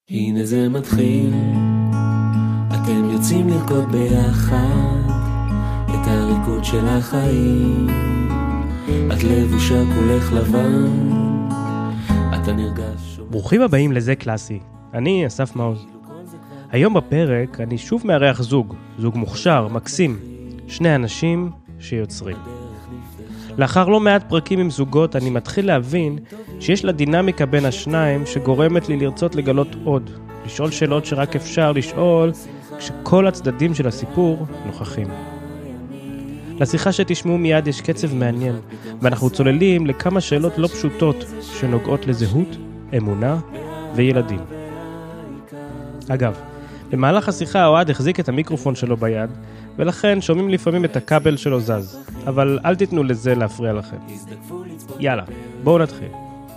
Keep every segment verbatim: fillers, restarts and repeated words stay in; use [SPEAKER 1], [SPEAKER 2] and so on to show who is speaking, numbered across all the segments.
[SPEAKER 1] הנה זה מתחיל, אתם יוצאים לרקוד ביחד את הריקוד של החיים. את לבושה כולך לבן, אתה נרגש.
[SPEAKER 2] ברוכים הבאים לזה קלאסי, אני אסף מעוז. היום בפרק אני שוב מארח זוג, זוג מוכשר, מקסים, שני אנשים שיוצרים. לאחר לא מעט פרקים עם זוגות אני מתחיל להבין שיש לה דינמיקה בין השניים שגורמת לי לרצות לגלות עוד, לשאול שאלות שרק אפשר לשאול כשכל הצדדים של הסיפור נוכחים. לשיחה שתשמעו מיד יש קצב מעניין, ואנחנו צוללים לכמה שאלות לא פשוטות שנוגעות לזהות, אמונה וילדים. אגב, במהלך השיחה אוהד החזיק את המיקרופון שלו ביד, ולכן שומעים לפעמים את הכבל שלו זז, אבל אל תיתנו לזה להפריע לכם. יאללה, בואו נתחיל.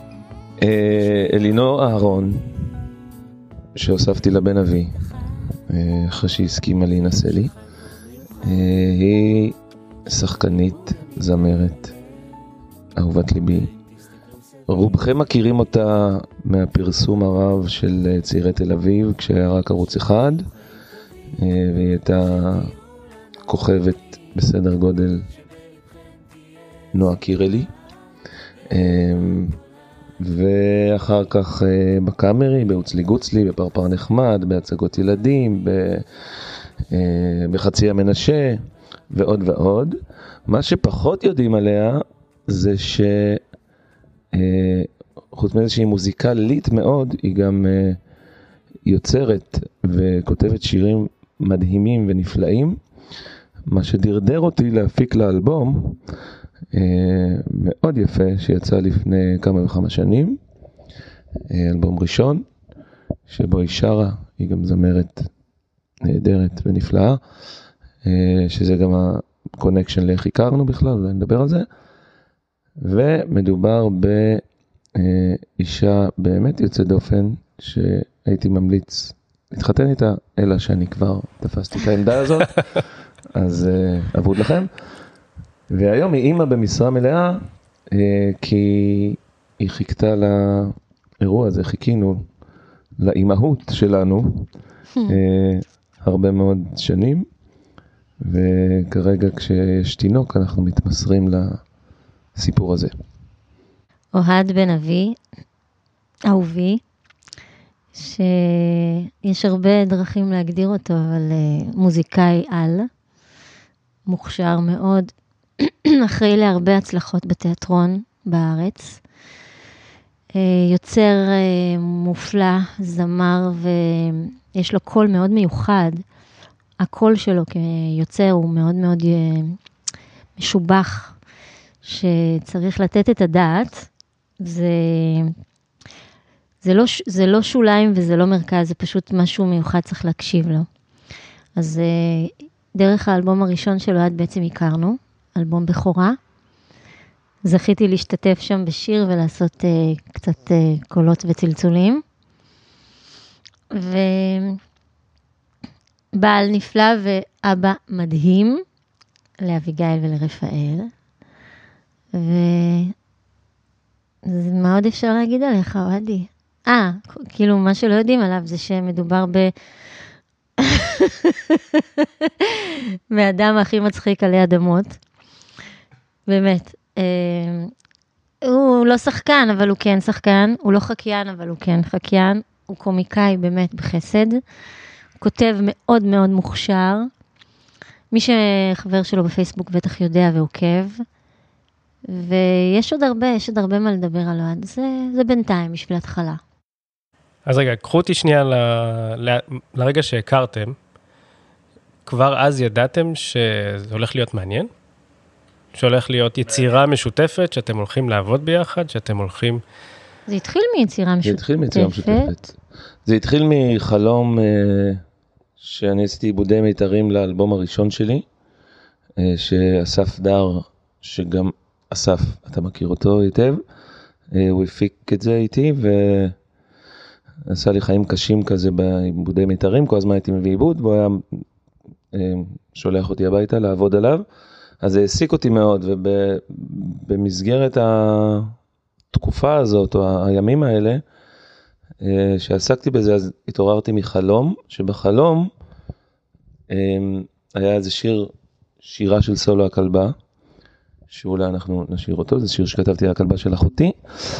[SPEAKER 3] אלינור אהרון, שהוספתי לבן אבי, אחרי שהסכימה להינשא לי, היא שחקנית, זמרת, אהובת ליבי. רובכם מכירים אותה מהפרסום הרב של צעירי תל אביב, כשהיה רק ערוץ אחד, והיא הייתה כוכבת בסדר גודל נועה קירלי, ואחר כך בקאמרי, באוצלי גוצלי, בפרפר נחמד, בהצגות ילדים, בחצי המנשה ועוד ועוד. מה שפחות יודעים עליה זה ש חוץ מזה שהיא מוזיקלית מאוד, היא גם יוצרת וכותבת שירים מדהימים ונפלאים, מה שדרדר אותי להפיק לאלבום מאוד יפה שיצא לפני כמה וכמה שנים, אלבום ראשון שבו היא שרה, היא גם זמרת נהדרת ונפלאה, שזה גם הקונקשן לאיך הכרנו בכלל, ואני מדבר על זה. ומדובר באישה באמת יוצאת דופן שהייתי ממליץ להתחתן איתה, אלא שאני כבר תפסתי את העמדה הזאת, אז עבוד לכם. והיום היא אימא במשרה מלאה, כי היא חיכתה לאירוע הזה, חיכינו לאימהות שלנו הרבה מאוד שנים, וכרגע כשיש תינוק אנחנו מתמסרים לסיפור הזה.
[SPEAKER 4] אוהד בן אבי, אהובי, שיש הרבה דרכים להגדיר אותו, אבל מוזיקאי על, מוכשר מאוד, אחראי להרבה הצלחות בתיאטרון בארץ, יוצר מופלא, זמר, ויש לו קול מאוד מיוחד. הקול שלו כיוצר הוא מאוד מאוד משובח, שצריך לתת את הדעת. זה, זה לא, זה לא שוליים וזה לא מרכז, זה פשוט משהו מיוחד, צריך להקשיב לו. אז דרך האלבום הראשון שלו עד בעצם הכרנו, אלבום בכורה. זכיתי להשתתף שם בשיר ולעשות uh, קצת uh, קולות וצלצולים. ובעל נפלא ואבא מדהים לאביגיל ולרפאל. ומה עוד אפשר להגיד עליך, אוהדי? אה, כאילו מה שלא יודעים עליו זה שמדובר ב... מאדם הכי מצחיק עלי אדמות. באמת. הוא לא שחקן, אבל הוא כן שחקן. הוא לא חקיין, אבל הוא כן חקיין. הוא קומיקאי באמת בחסד. הוא כותב מאוד מאוד מוכשר. מי שחבר שלו בפייסבוק בטח יודע ועוקב. ויש עוד הרבה, יש עוד הרבה מה לדבר על אוהד. זה, זה בינתיים, בשביל התחלה.
[SPEAKER 2] אז רגע, קחו אותי שנייה ל... ל... לרגע שהכרתם. כבר אז ידעתם שזה הולך להיות מעניין? שהולך להיות יצירה משותפת, שאתם הולכים לעבוד ביחד, שאתם הולכים...
[SPEAKER 4] זה התחיל מיצירה משותפת.
[SPEAKER 3] זה התחיל מיצירה משותפת. זה התחיל מחלום שאני עשיתי עיבודי מיתרים לאלבום הראשון שלי, שאסף דר, שגם אסף, אתה מכיר אותו היטב, הוא הפיק את זה איתי, ועשה לי חיים קשים כזה בעיבודי מיתרים, כל הזמן הייתי מביא עיבוד, והוא היה שולח אותי הביתה לעבוד עליו, אז זה העסיק אותי מאוד, ובמסגרת התקופה הזאת, או הימים האלה, שעסקתי בזה, אז התעוררתי מחלום, שבחלום היה איזה שיר, שירה של סולו הכלבה, שאולי אנחנו נשאיר אותו, זה שיר שכתבתי על הכלבה של אחותי,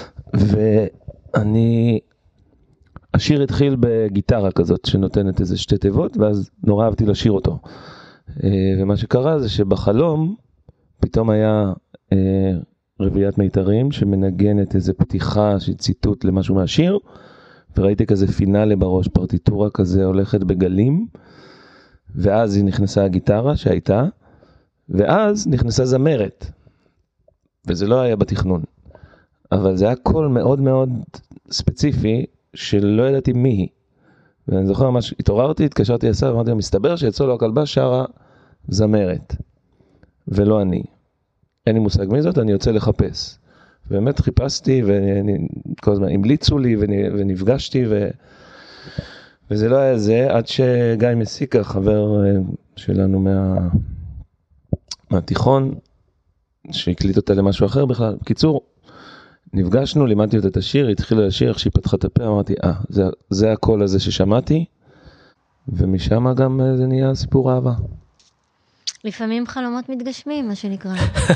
[SPEAKER 3] ואני, השיר התחיל בגיטרה כזאת, שנותנת איזה שתי תיבות, ואז נורא אהבתי לשיר אותו. ומה שקרה זה שבחלום, פתאום היה רביעיית מיתרים, שמנגנת איזה פתיחה של ציטוט למשהו מהשיר, וראיתי כזה פינאלה בראש, פרטיטורה כזה הולכת בגלים, ואז היא נכנסה הגיטרה שהייתה, ואז נכנסה זמרת, וזה לא היה בתכנון, אבל זה היה קול מאוד מאוד ספציפי, שלא ידעתי מי היא, ואני זוכר ממש, התעוררתי, התקשרתי לסבא, ואמרתי, מסתבר שיצאו לו הכלבה שרה זמרת, ולא אני, אין לי מושג מי זאת, אני יוצא לחפש, ובאמת חיפשתי, וכל הזמן המליצו לי, ונפגשתי, ו... וזה לא היה זה, עד שגיא מסיקה, חבר שלנו מה... מהתיכון, שהקליט אותה למשהו אחר בכלל. בקיצור, נפגשנו, לימדתי אותה את השיר, התחילה לשיר, איך שהיא פתחה את הפה, אמרתי, אה, זה, זה הקול הזה ששמעתי, ומשם גם זה נהיה סיפור אהבה.
[SPEAKER 4] לפעמים חלומות מתגשמים, מה שנקרא.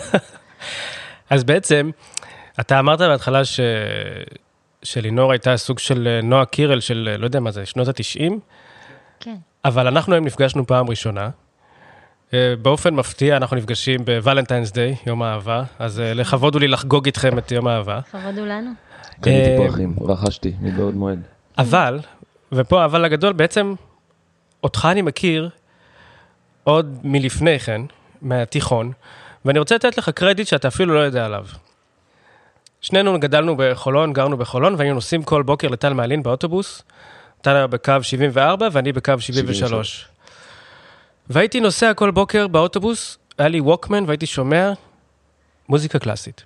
[SPEAKER 2] אז בעצם, אתה אמרת בהתחלה ש... שלינור הייתה סוג של נועה קירל של, לא יודע מה זה, שנות ה-תשעים.
[SPEAKER 4] כן.
[SPEAKER 2] אבל אנחנו היום נפגשנו פעם ראשונה. באופן מפתיע, אנחנו נפגשים בוולנטיינס דיי, יום האהבה. אז לכבוד הוא לי לחגוג איתכם את יום האהבה.
[SPEAKER 4] לכבוד הוא לנו.
[SPEAKER 3] קניתי פרחים, רכשתי, מבעוד מועד.
[SPEAKER 2] אבל, ופה האבל הגדול, בעצם, אותך אני מכיר עוד מלפני כן, מהתיכון, ואני רוצה לתת לך קרדיט שאתה אפילו לא יודע עליו. שנינו גדלנו בחולון, גרנו בחולון, והיינו נוסעים כל בוקר לטל מעלין באוטובוס, אתה בקו שבעים וארבע ואני בקו שבעים ושלוש. והייתי נוסע כל בוקר באוטובוס, היה לי ווקמן והייתי שומע מוזיקה קלאסית.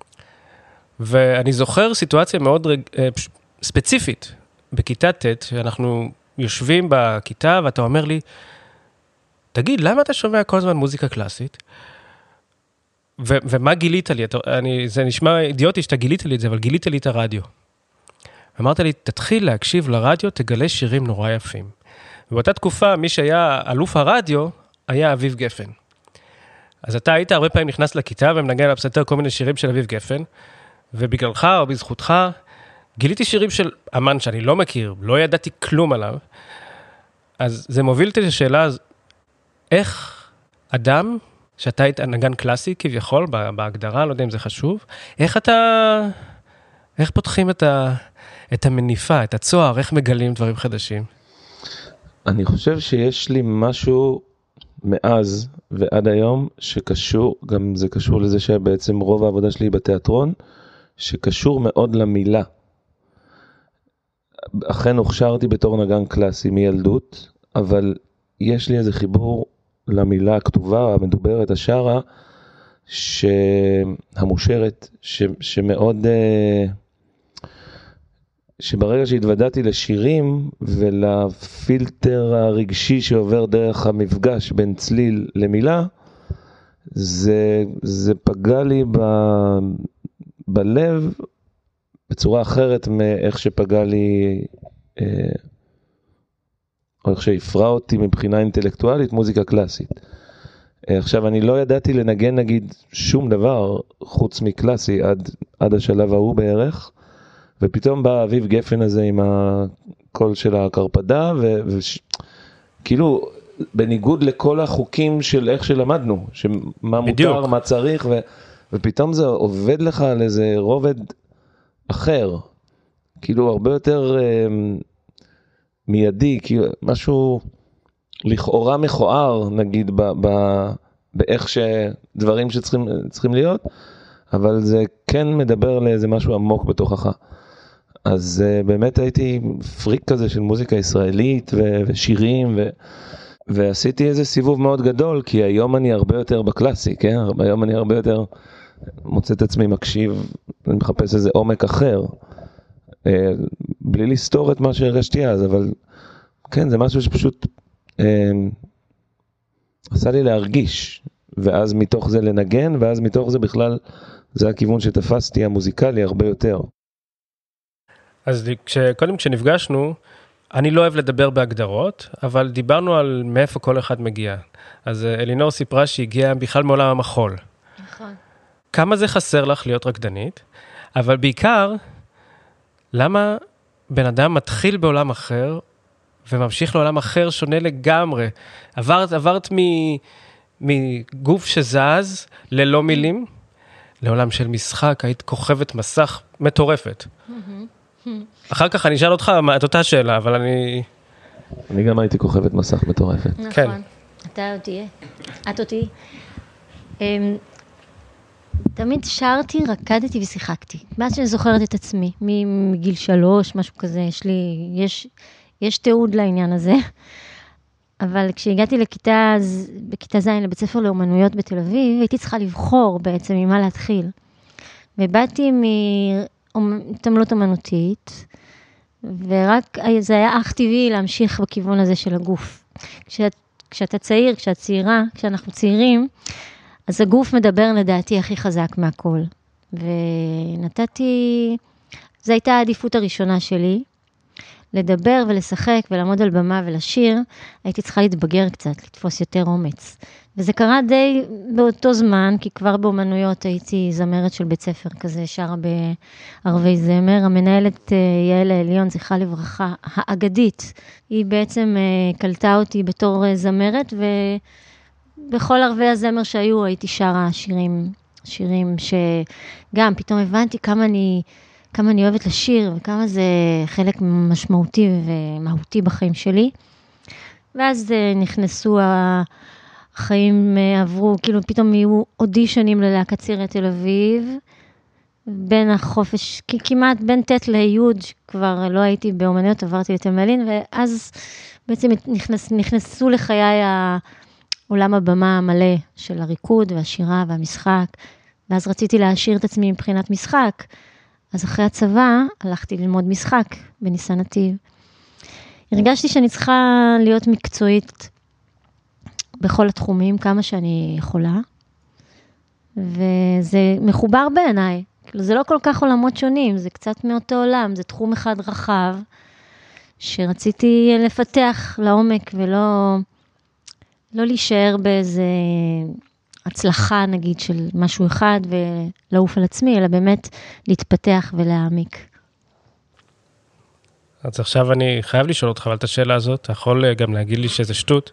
[SPEAKER 2] ואני זוכר סיטואציה מאוד רג... ספציפית, בכיתה ט', שאנחנו יושבים בכיתה ואתה אומר לי, תגיד, למה אתה שומע כל הזמן מוזיקה קלאסית? ו- ומה גילית לי? אני, זה נשמע אידיוטי שאתה גילית לי את זה, אבל גילית לי את הרדיו. אמרת לי, תתחיל להקשיב לרדיו, תגלה שירים נורא יפים. ובאותה תקופה, מי שהיה אלוף הרדיו, היה אביב גפן. אז אתה היית הרבה פעמים נכנס לכיתה, ומנגן על הפסנתר כל מיני שירים של אביב גפן, ובגללך או בזכותך, גיליתי שירים של אמן שאני לא מכיר, לא ידעתי כלום עליו. אז זה מוביל אותי לשאלה, איך אדם, שאתה היית נגן קלאסי כביכול, בהגדרה, לא יודע אם זה חשוב, איך אתה, איך פותחים את, ה, את המניפה, את הצוהר, איך מגלים דברים חדשים?
[SPEAKER 3] אני חושב שיש לי משהו מאז ועד היום שקשור, גם זה קשור לזה שבעצם רוב העבודה שלי בתיאטרון, שקשור מאוד למילה. אכן הוכשרתי בתור נגן קלאסי מילדות, אבל יש לי איזה חיבור למילה הכתובה, המדוברת, השרה, שהמושרת, ש, שמאוד, שברגע שהתוודעתי לשירים ולפילטר הרגשי שעובר דרך המפגש בין צליל למילה, זה, זה פגע לי ב, בלב בצורה אחרת מאיך שפגע לי, או איך שהפרע אותי מבחינה אינטלקטואלית, מוזיקה קלאסית. עכשיו, אני לא ידעתי לנגן, נגיד, שום דבר חוץ מקלאסי עד, עד השלב ההוא בערך, ופתאום בא אביב גפן הזה עם הקול של הקרפדה, וכאילו, בניגוד לכל החוקים של איך שלמדנו, שמה
[SPEAKER 2] בדיוק.
[SPEAKER 3] מותר, מה צריך, ו, ופתאום זה עובד לך על איזה רובד אחר, כאילו הרבה יותר מיידי, כאילו משהו לכאורה מכוער, נגיד, ב, ב, באיך שדברים שצריכים צריכים להיות, אבל זה כן מדבר לאיזה משהו עמוק בתוכך. אז uh, באמת הייתי פריק כזה של מוזיקה ישראלית ו- ושירים, ו- ועשיתי איזה סיבוב מאוד גדול, כי היום אני הרבה יותר בקלאסי, כן? היום אני הרבה יותר מוצא את עצמי מקשיב, אני מחפש איזה עומק אחר, uh, בלי לסתור את מה שהרגשתי אז, אבל כן, זה משהו שפשוט uh, עשה לי להרגיש, ואז מתוך זה לנגן, ואז מתוך זה בכלל, זה הכיוון שתפסתי המוזיקלי הרבה יותר.
[SPEAKER 2] אז קודם כשנפגשנו, אני לא אוהב לדבר בהגדרות, אבל דיברנו על מאיפה כל אחד מגיע. אז אלינור סיפרה שהגיעה בכלל מעולם המחול.
[SPEAKER 4] נכון.
[SPEAKER 2] כמה זה חסר לך להיות רקדנית, אבל בעיקר, למה בן אדם מתחיל בעולם אחר, וממשיך לעולם אחר שונה לגמרי? עברת, עברת מ, מגוף שזז ללא מילים, לעולם של משחק, היית כוכבת מסך מטורפת. אחר כך אני אשאל אותך את אותה שאלה, אבל אני...
[SPEAKER 3] אני גם הייתי כוכבת מסך מטורפת.
[SPEAKER 4] נכון.
[SPEAKER 2] כן.
[SPEAKER 4] אתה עוד תהיה. את אותי. תמיד שרתי, רקדתי ושיחקתי. מאז שאני זוכרת את עצמי, מגיל שלוש, משהו כזה, יש לי, יש, יש תיעוד לעניין הזה. אבל כשהגעתי לכיתה, בכיתה ז' לבית ספר לאומנויות בתל אביב, הייתי צריכה לבחור בעצם ממה להתחיל. ובאתי מתעמלות אומנותית, ורק זה היה אך טבעי להמשיך בכיוון הזה של הגוף. כשאת, כשאתה צעיר, כשאת צעירה, כשאנחנו צעירים, אז הגוף מדבר לדעתי הכי חזק מהכל. ונתתי, זו הייתה העדיפות הראשונה שלי, לדבר ולשחק ולעמוד על במה ולשיר, הייתי צריכה להתבגר קצת, לתפוס יותר אומץ. וזה קרה די באותו זמן, כי כבר באומנויות הייתי זמרת של בית ספר כזה, שרה בערבי זמר. המנהלת יעל העליון, זכרה לברכה, האגדית, היא בעצם קלטה אותי בתור זמרת, ובכל ערבי הזמר שהיו הייתי שרה שירים, שירים שגם פתאום הבנתי כמה אני... כמה אני אוהבת לשיר, וכמה זה חלק משמעותי ומהותי בחיים שלי. ואז נכנסו החיים, עברו, כאילו פתאום יהיו אודישנים ללהקת צעירי תל אביב, בין החופש, כמעט בין ת' לי' כבר לא הייתי באומנויות, עברתי לתמלין, ואז בעצם נכנס, נכנסו לחיי העולם הבמה המלא של הריקוד והשירה והמשחק, ואז רציתי להשאיר את עצמי מבחינת משחק, אז אחרי הצבא הלכתי ללמוד משחק בניסן נתיב. הרגשתי שאני צריכה להיות מקצועית בכל התחומים, כמה שאני יכולה. וזה מחובר בעיניי. זה לא כל כך עולמות שונים, זה קצת מאותו עולם, זה תחום אחד רחב, שרציתי לפתח לעומק ולא לא להישאר באיזה הצלחה, נגיד, של משהו אחד ולעוף על עצמי, אלא באמת להתפתח ולהעמיק.
[SPEAKER 2] אז עכשיו אני חייב לשאול אותך על את השאלה הזאת, אתה יכול גם להגיד לי שזה שטות.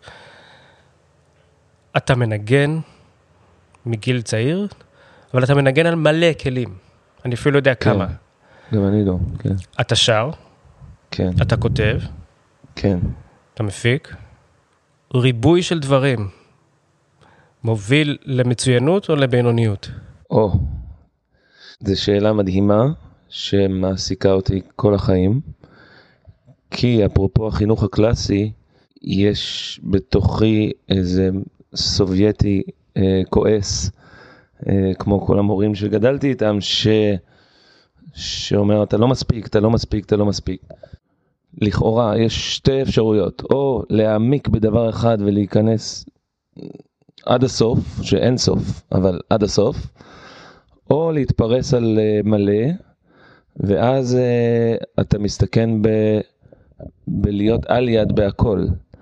[SPEAKER 2] אתה מנגן מגיל צעיר, אבל אתה מנגן על מלא כלים. אני אפילו לא יודע
[SPEAKER 3] כן.
[SPEAKER 2] כמה.
[SPEAKER 3] גם אני לא, כן.
[SPEAKER 2] אתה שר,
[SPEAKER 3] כן.
[SPEAKER 2] אתה כותב,
[SPEAKER 3] כן.
[SPEAKER 2] אתה מפיק, ריבוי של דברים. מוביל למצוינות או לבינוניות?
[SPEAKER 3] או, זו שאלה מדהימה שמעסיקה אותי כל החיים, כי אפרופו החינוך הקלאסי, יש בתוכי איזה סובייטי אה, כועס, אה, כמו כל המורים שגדלתי איתם, ש... שאומר, אתה לא מספיק, אתה לא מספיק, אתה לא מספיק. לכאורה, יש שתי אפשרויות, או להעמיק בדבר אחד ולהיכנס עד הסוף, שאין סוף, אבל עד הסוף, או להתפרס על מלא, ואז uh, אתה מסתכן ב, בלהיות על יד בהכל.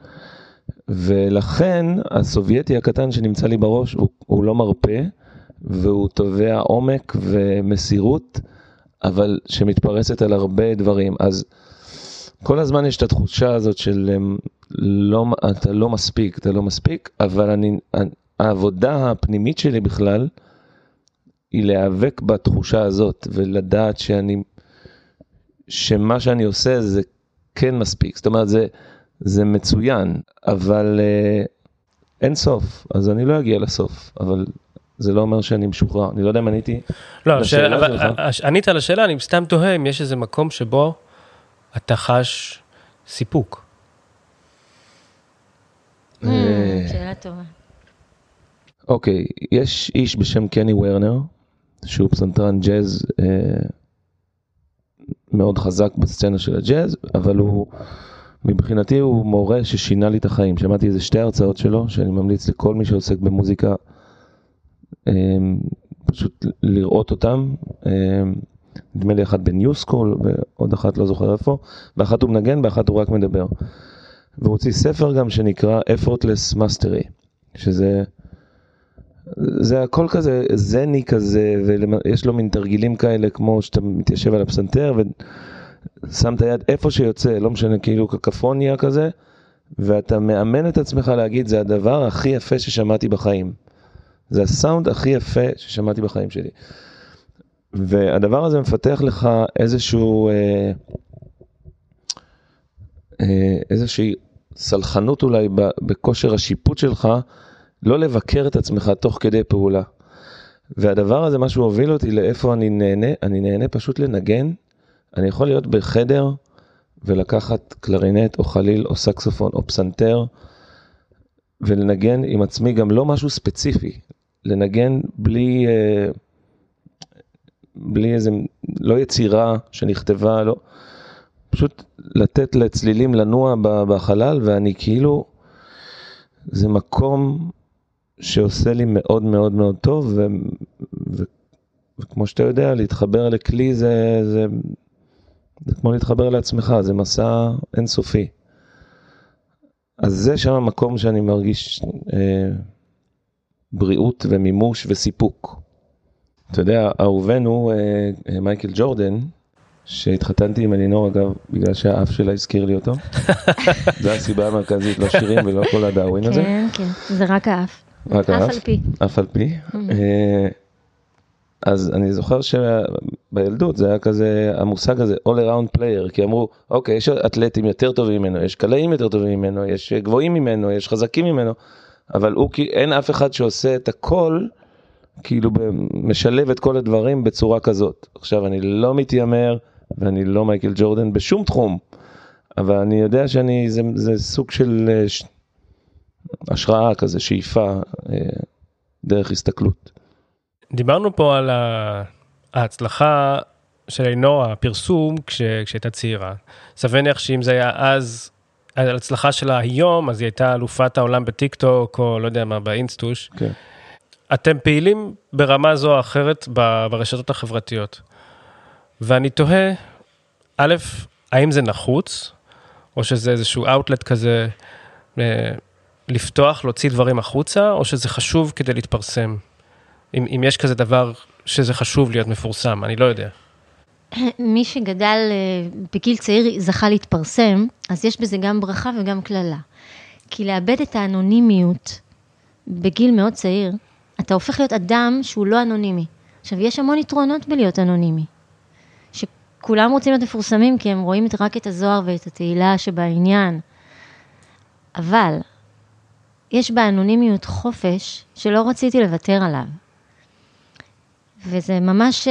[SPEAKER 3] ולכן הסובייטי הקטן שנמצא לי בראש, הוא, הוא לא מרפא, והוא תובע עומק ומסירות, אבל שמתפרסת על הרבה דברים. אז כל הזמן יש את התחושה הזאת של לא, אתה לא מספיק, אתה לא מספיק, אבל אני, העבודה הפנימית שלי בכלל, היא להיאבק בתחושה הזאת, ולדעת שאני, שמה שאני עושה זה כן מספיק. זאת אומרת, זה, זה מצוין, אבל אה, אין סוף, אז אני לא אגיע לסוף, אבל זה לא אומר שאני משוחרר. אני לא יודע אם עניתי
[SPEAKER 2] לא, לשאלה שלך. ענית על השאלה, אני סתם תוהה אם יש איזה מקום שבו אתה חש סיפוק.
[SPEAKER 4] שאלה טובה.
[SPEAKER 3] אוקיי, יש איש בשם קני ורנר, שהוא פסנתרן ג'אז מאוד חזק בסצנה של הג'אז, אבל הוא, מבחינתי הוא מורה ששינה לי את החיים. שמעתי איזה שתי הרצאות שלו, שאני ממליץ לכל מי שעוסק במוזיקה, פשוט לראות אותם. נדמה לי אחת בניו סקול, ועוד אחת לא זוכר איפה, באחת הוא מנגן, באחת הוא רק מדבר. והוא הוציא ספר גם שנקרא Effortless Mastery, שזה זה הכל כזה זני כזה, ויש לו מין תרגילים כאלה, כמו שאתה מתיישב על הפסנתר, ושם את היד איפה שיוצא, לא משנה, כאילו קקפוניה כזה, ואתה מאמן את עצמך להגיד, זה הדבר הכי יפה ששמעתי בחיים. זה הסאונד הכי יפה ששמעתי בחיים שלי. והדבר הזה מפתח לך איזשהו, אה, אה, איזושהי סלחנות אולי בכושר השיפוט שלך, לא לבקר את עצמך תוך כדי פעולה. והדבר הזה, מה שהוא הוביל אותי לאיפה אני נהנה, אני נהנה פשוט לנגן. אני יכול להיות בחדר ולקחת קלרינט או חליל או סקסופון או פסנתר, ולנגן עם עצמי גם לא משהו ספציפי. לנגן בלי, בלי איזה, לא יצירה שנכתבה, לא. פשוט לתת לצלילים לנוע בחלל, ואני כאילו, זה מקום שעושה לי מאוד מאוד מאוד טוב, ו, ו, וכמו שאתה יודע, להתחבר לכלי זה, זה, זה כמו להתחבר לעצמך, זה מסע אינסופי. אז זה שם המקום שאני מרגיש אה, בריאות ומימוש וסיפוק. אתה יודע, אהובנו, אה, מייקל ג'ורדן, שהתחתנתי עם אלינור, אגב, בגלל שהאף שלה הזכיר לי אותו. זו הסיבה המרכזית, לא שירים ולא כל הדאווין הזה.
[SPEAKER 4] כן, כן, זה רק האף.
[SPEAKER 3] רק האף?
[SPEAKER 4] אף על פי.
[SPEAKER 3] אף על פי. אז אני זוכר שבילדות זה היה כזה, המושג הזה, all around player, כי אמרו, אוקיי, יש אתלטים יותר טובים ממנו, יש קלעים יותר טובים ממנו, יש גבוהים ממנו, יש חזקים ממנו, אבל הוא, אין אף אחד שעושה את הכל, כאילו משלב את כל הדברים בצורה כזאת. עכשיו, אני לא מתיימר, ואני לא מייקל ג'ורדן בשום תחום, אבל אני יודע שאני, זה, זה סוג של ש... השראה כזה, שאיפה, דרך הסתכלות.
[SPEAKER 2] דיברנו פה על ההצלחה של אלינור, הפרסום, כש, כשהייתה צעירה. סביר להניח שאם זה היה אז, ההצלחה שלה היום, אז היא הייתה אלופת העולם בטיק טוק, או לא יודע מה, באינסטוש.
[SPEAKER 3] כן.
[SPEAKER 2] אתם פעילים ברמה זו או אחרת ברשתות החברתיות. ואני תוהה, א', האם זה נחוץ, או שזה איזשהו אאוטלט כזה, לפתוח, להוציא דברים החוצה, או שזה חשוב כדי להתפרסם? אם, אם יש כזה דבר שזה חשוב להיות מפורסם, אני לא יודע.
[SPEAKER 4] מי שגדל בגיל צעיר זכה להתפרסם, אז יש בזה גם ברכה וגם כללה. כי לאבד את האנונימיות בגיל מאוד צעיר, אתה הופך להיות אדם שהוא לא אנונימי. עכשיו, יש המון יתרונות בלהיות אנונימי. שכולם רוצים להיות מפורסמים, כי הם רואים רק את הזוהר ואת התהילה שבעניין. אבל, יש באנונימיות חופש שלא רציתי לוותר עליו. וזה ממש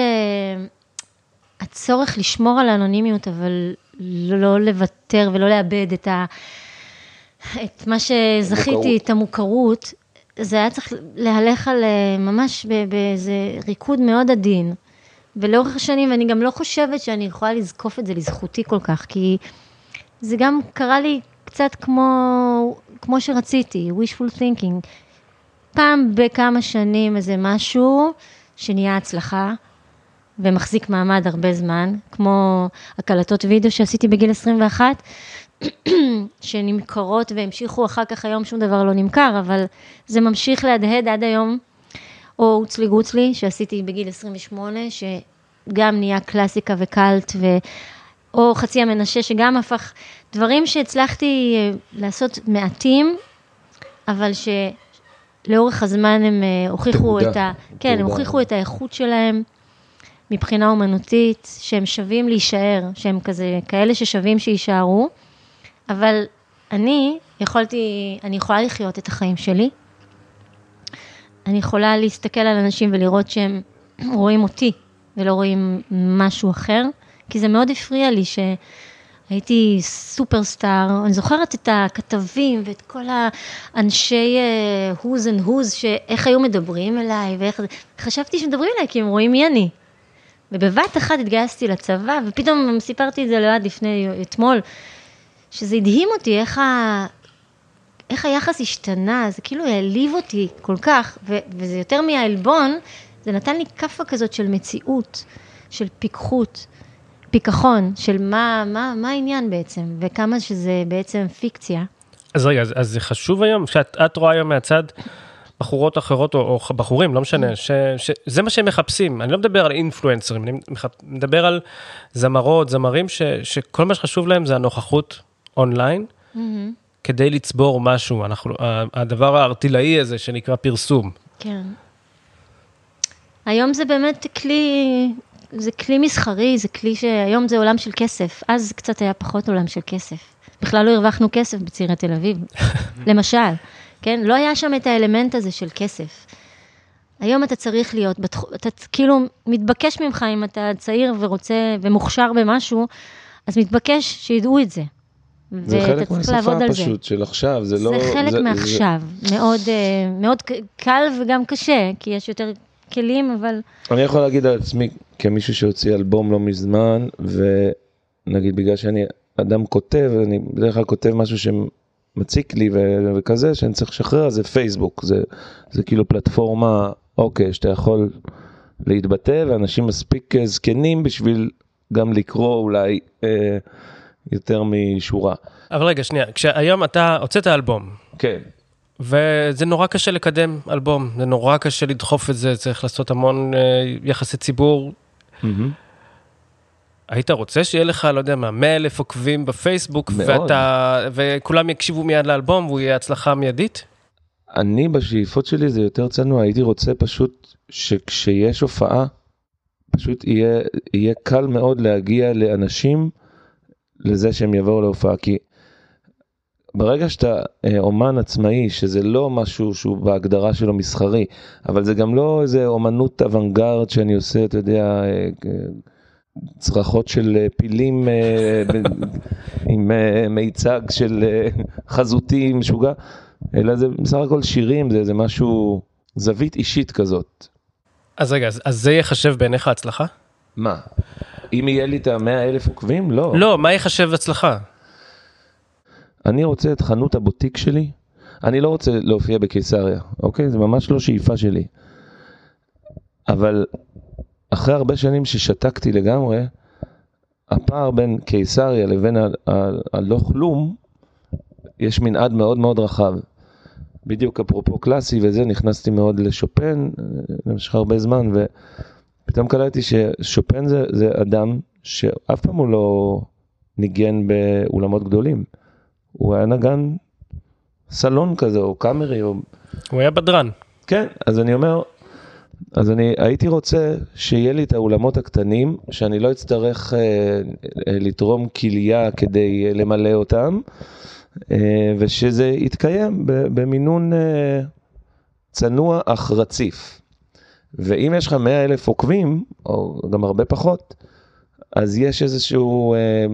[SPEAKER 4] הצורך לשמור על האנונימיות, אבל לא לוותר ולא לאבד את, ה, את מה שזכיתי, את המוכרות. זה היה צריך להלך על ממש באיזה ריקוד מאוד עדין. ולאורך השנים, ואני גם לא חושבת שאני יכולה לזקוף את זה לזכותי כל כך, כי זה גם קרה לי קצת כמו, כמו שרציתי, wishful thinking. פעם בכמה שנים איזה משהו שנהיה הצלחה, ומחזיק מעמד הרבה זמן, כמו הקלטות וידאו שעשיתי בגיל עשרים ואחת, שנמכרות והמשיכו אחר כך היום, שום דבר לא נמכר, אבל זה ממשיך להדהד עד היום, או הוצלי גוצלי, שעשיתי בגיל עשרים ושמונה, שגם נהיה קלאסיקה וקלט, ו... או חצי המנשה, שגם הפך דברים שהצלחתי לעשות מעטים, אבל שלאורך הזמן הם הוכיחו את ה... כן, הם הוכיחו את האיכות שלהם, מבחינה אומנותית, שהם שווים להישאר, שהם כזה, כאלה ששווים שישארו, אבל אני יכולתי, אני יכולה לחיות את החיים שלי, אני יכולה להסתכל על אנשים ולראות שהם רואים אותי, ולא רואים משהו אחר, כי זה מאוד הפריע לי שהייתי סופרסטאר, אני זוכרת את הכתבים ואת כל האנשי who's and who's, שאיך היו מדברים אליי, ואיך, חשבתי שמדברים אליי כי הם רואים מי אני. ובבת אחת התגייסתי לצבא, ופתאום סיפרתי את זה ליד לפני אתמול, שזה הדהים אותי, איך, ה... איך היחס השתנה, זה כאילו העליב אותי כל כך, ו... וזה יותר מהעלבון, זה נתן לי קפה כזאת של מציאות, של פיקחות, פיקחון, של מה, מה, מה העניין בעצם, וכמה שזה בעצם פיקציה.
[SPEAKER 2] אז רגע, אז, אז זה חשוב היום, שאת את רואה היום מהצד, בחורות אחרות או, או בחורים, לא משנה, ש, שזה מה שהם מחפשים. אני לא מדבר על אינפלואנסרים, אני מדבר על זמרות, זמרים, ש, שכל מה שחשוב להם זה הנוכחות אונליין, mm-hmm. כדי לצבור משהו. אנחנו, הדבר הארטילאי הזה שנקרא פרסום.
[SPEAKER 4] כן. היום זה באמת כלי, זה כלי מסחרי, זה כלי שהיום זה עולם של כסף. אז קצת היה פחות עולם של כסף. בכלל לא הרווחנו כסף בצעירי תל אביב. למשל. כן? לא היה שם את האלמנט הזה של כסף. היום אתה צריך להיות, אתה כאילו מתבקש ממך, אם אתה צעיר ורוצה ומוכשר במשהו, אז מתבקש שידעו את זה.
[SPEAKER 3] זה חלק מהשפה פשוט של עכשיו, זה לא...
[SPEAKER 4] זה חלק מעכשיו, מאוד, מאוד קל וגם קשה, כי יש יותר כלים, אבל...
[SPEAKER 3] אני יכול להגיד על עצמי, כמישהו שהוציא אלבום לא מזמן, ונגיד בגלל שאני אדם כותב, אני בדרך כלל כותב משהו שהם... מציק לי ו- וכזה, שאני צריך לשחרר, זה פייסבוק, זה, זה כאילו פלטפורמה, אוקיי, שאתה יכול להתבטא, ואנשים מספיק זקנים בשביל גם לקרוא אולי אה, יותר משורה.
[SPEAKER 2] אבל רגע, שנייה, כשהיום אתה הוצאת אלבום,
[SPEAKER 3] כן.
[SPEAKER 2] וזה נורא קשה לקדם אלבום, זה נורא קשה לדחוף את זה, צריך לעשות המון אה, יחסי ציבור, mm-hmm. היית רוצה שיהיה לך, לא יודע מה, מאה אלף עוקבים בפייסבוק, ואתה, וכולם יקשיבו מיד לאלבום, והוא יהיה הצלחה מיידית?
[SPEAKER 3] אני בשאיפות שלי זה יותר צנוע, הייתי רוצה פשוט שכשיש הופעה, פשוט יהיה, יהיה קל מאוד להגיע לאנשים, לזה שהם יבואו להופעה, כי ברגע שאתה אומן עצמאי, שזה לא משהו שהוא בהגדרה שלו מסחרי, אבל זה גם לא איזה אומנות אוונגרד שאני עושה, אתה יודע, צרחות של פילים עם מיצג של חזותי משוגע, אלא זה בסך הכל שירים, זה, זה משהו, זווית אישית כזאת.
[SPEAKER 2] אז רגע, אז, אז זה יחשב בעיניך הצלחה?
[SPEAKER 3] מה? אם יהיה לי את המאה אלף עוקבים? לא.
[SPEAKER 2] לא, מה יחשב הצלחה?
[SPEAKER 3] אני רוצה את חנות הבוטיק שלי, אני לא רוצה להופיע בקיסריה, אוקיי? זה ממש לא שאיפה שלי. אבל אחרי הרבה שנים ששתקתי לגמרי, הפער בין קיסריה לבין הלא כלום, יש מנעד מאוד מאוד רחב. בדיוק אפרופו קלאסי וזה, נכנסתי מאוד לשופן, למשך הרבה זמן, ופתאום קלטתי ששופן זה, זה אדם שאף פעם הוא לא ניגן באולמות גדולים. הוא היה נגן סלון כזה, או קאמרי, או...
[SPEAKER 2] הוא היה בדרן.
[SPEAKER 3] כן, אז אני אומר, אז אני הייתי רוצה שיהיה לי את האולמות הקטנים, שאני לא אצטרך אה, אה, לתרום כליה כדי אה, למלא אותם, אה, ושזה יתקיים במינון אה, צנוע אך רציף. ואם יש לך מאה אלף עוקבים, או גם הרבה פחות, אז יש איזשהו... אה,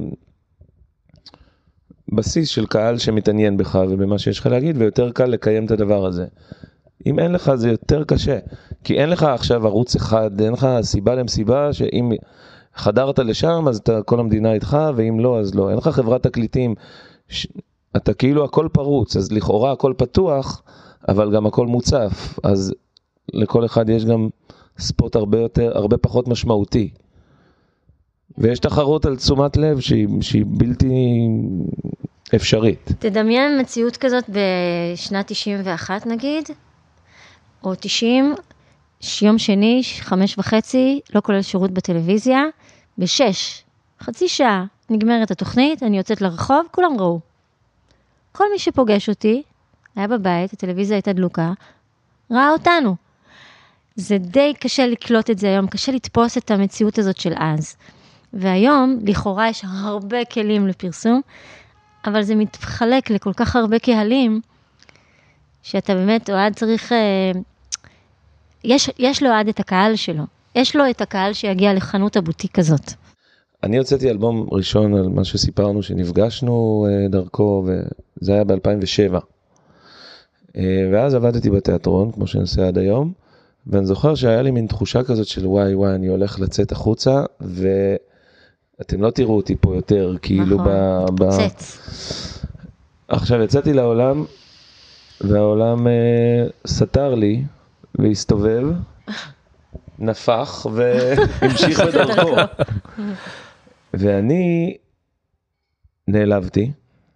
[SPEAKER 3] בסיס של קהל שמתעניין בך ובמה שיש לך להגיד, ויותר קל לקיים את הדבר הזה. אם אין לך זה יותר קשה, כי אין לך עכשיו ערוץ אחד, אין לך סיבה למסיבה, שאם חדרת לשם אז אתה, כל המדינה איתך, ואם לא אז לא. אין לך חברת תקליטים, ש... אתה כאילו הכל פרוץ, אז לכאורה הכל פתוח, אבל גם הכל מוצף, אז לכל אחד יש גם ספוט הרבה יותר, הרבה פחות משמעותי. ויש תחרות על תשומת לב שהיא, שהיא בלתי אפשרית.
[SPEAKER 4] תדמיין מציאות כזאת בשנת תשעים ואחת נגיד, או תשעים, יום שני, חמש וחצי, לא כולל שירות בטלוויזיה, בשש, חצי שעה, נגמרת התוכנית, אני יוצאת לרחוב, כולם ראו. כל מי שפוגש אותי, היה בבית, הטלוויזיה הייתה דלוקה, ראה אותנו. זה די קשה לקלוט את זה היום, קשה לתפוס את המציאות הזאת של אז. והיום, לכאורה, יש הרבה כלים לפרסום, אבל זה מתחלק לכל כך הרבה קהלים, שאתה באמת, אוהד צריך, יש, יש לו עד את הקהל שלו, יש לו את הקהל שיגיע לחנות הבוטיק הזאת.
[SPEAKER 3] אני הוצאתי אלבום ראשון על מה שסיפרנו, שנפגשנו דרכו, וזה היה ב-אלפיים ושבע. ואז עבדתי בתיאטרון, כמו שאני עושה עד היום, ואני זוכר שהיה לי מין תחושה כזאת של וואי וואי, אני הולך לצאת החוצה, ואתם לא תראו אותי פה יותר, כאילו ב...
[SPEAKER 4] פוצץ.
[SPEAKER 3] עכשיו יצאתי לעולם, והעולם אה, סתר לי, והסתובב, נפח והמשיך בדרכו. ואני נעלבתי,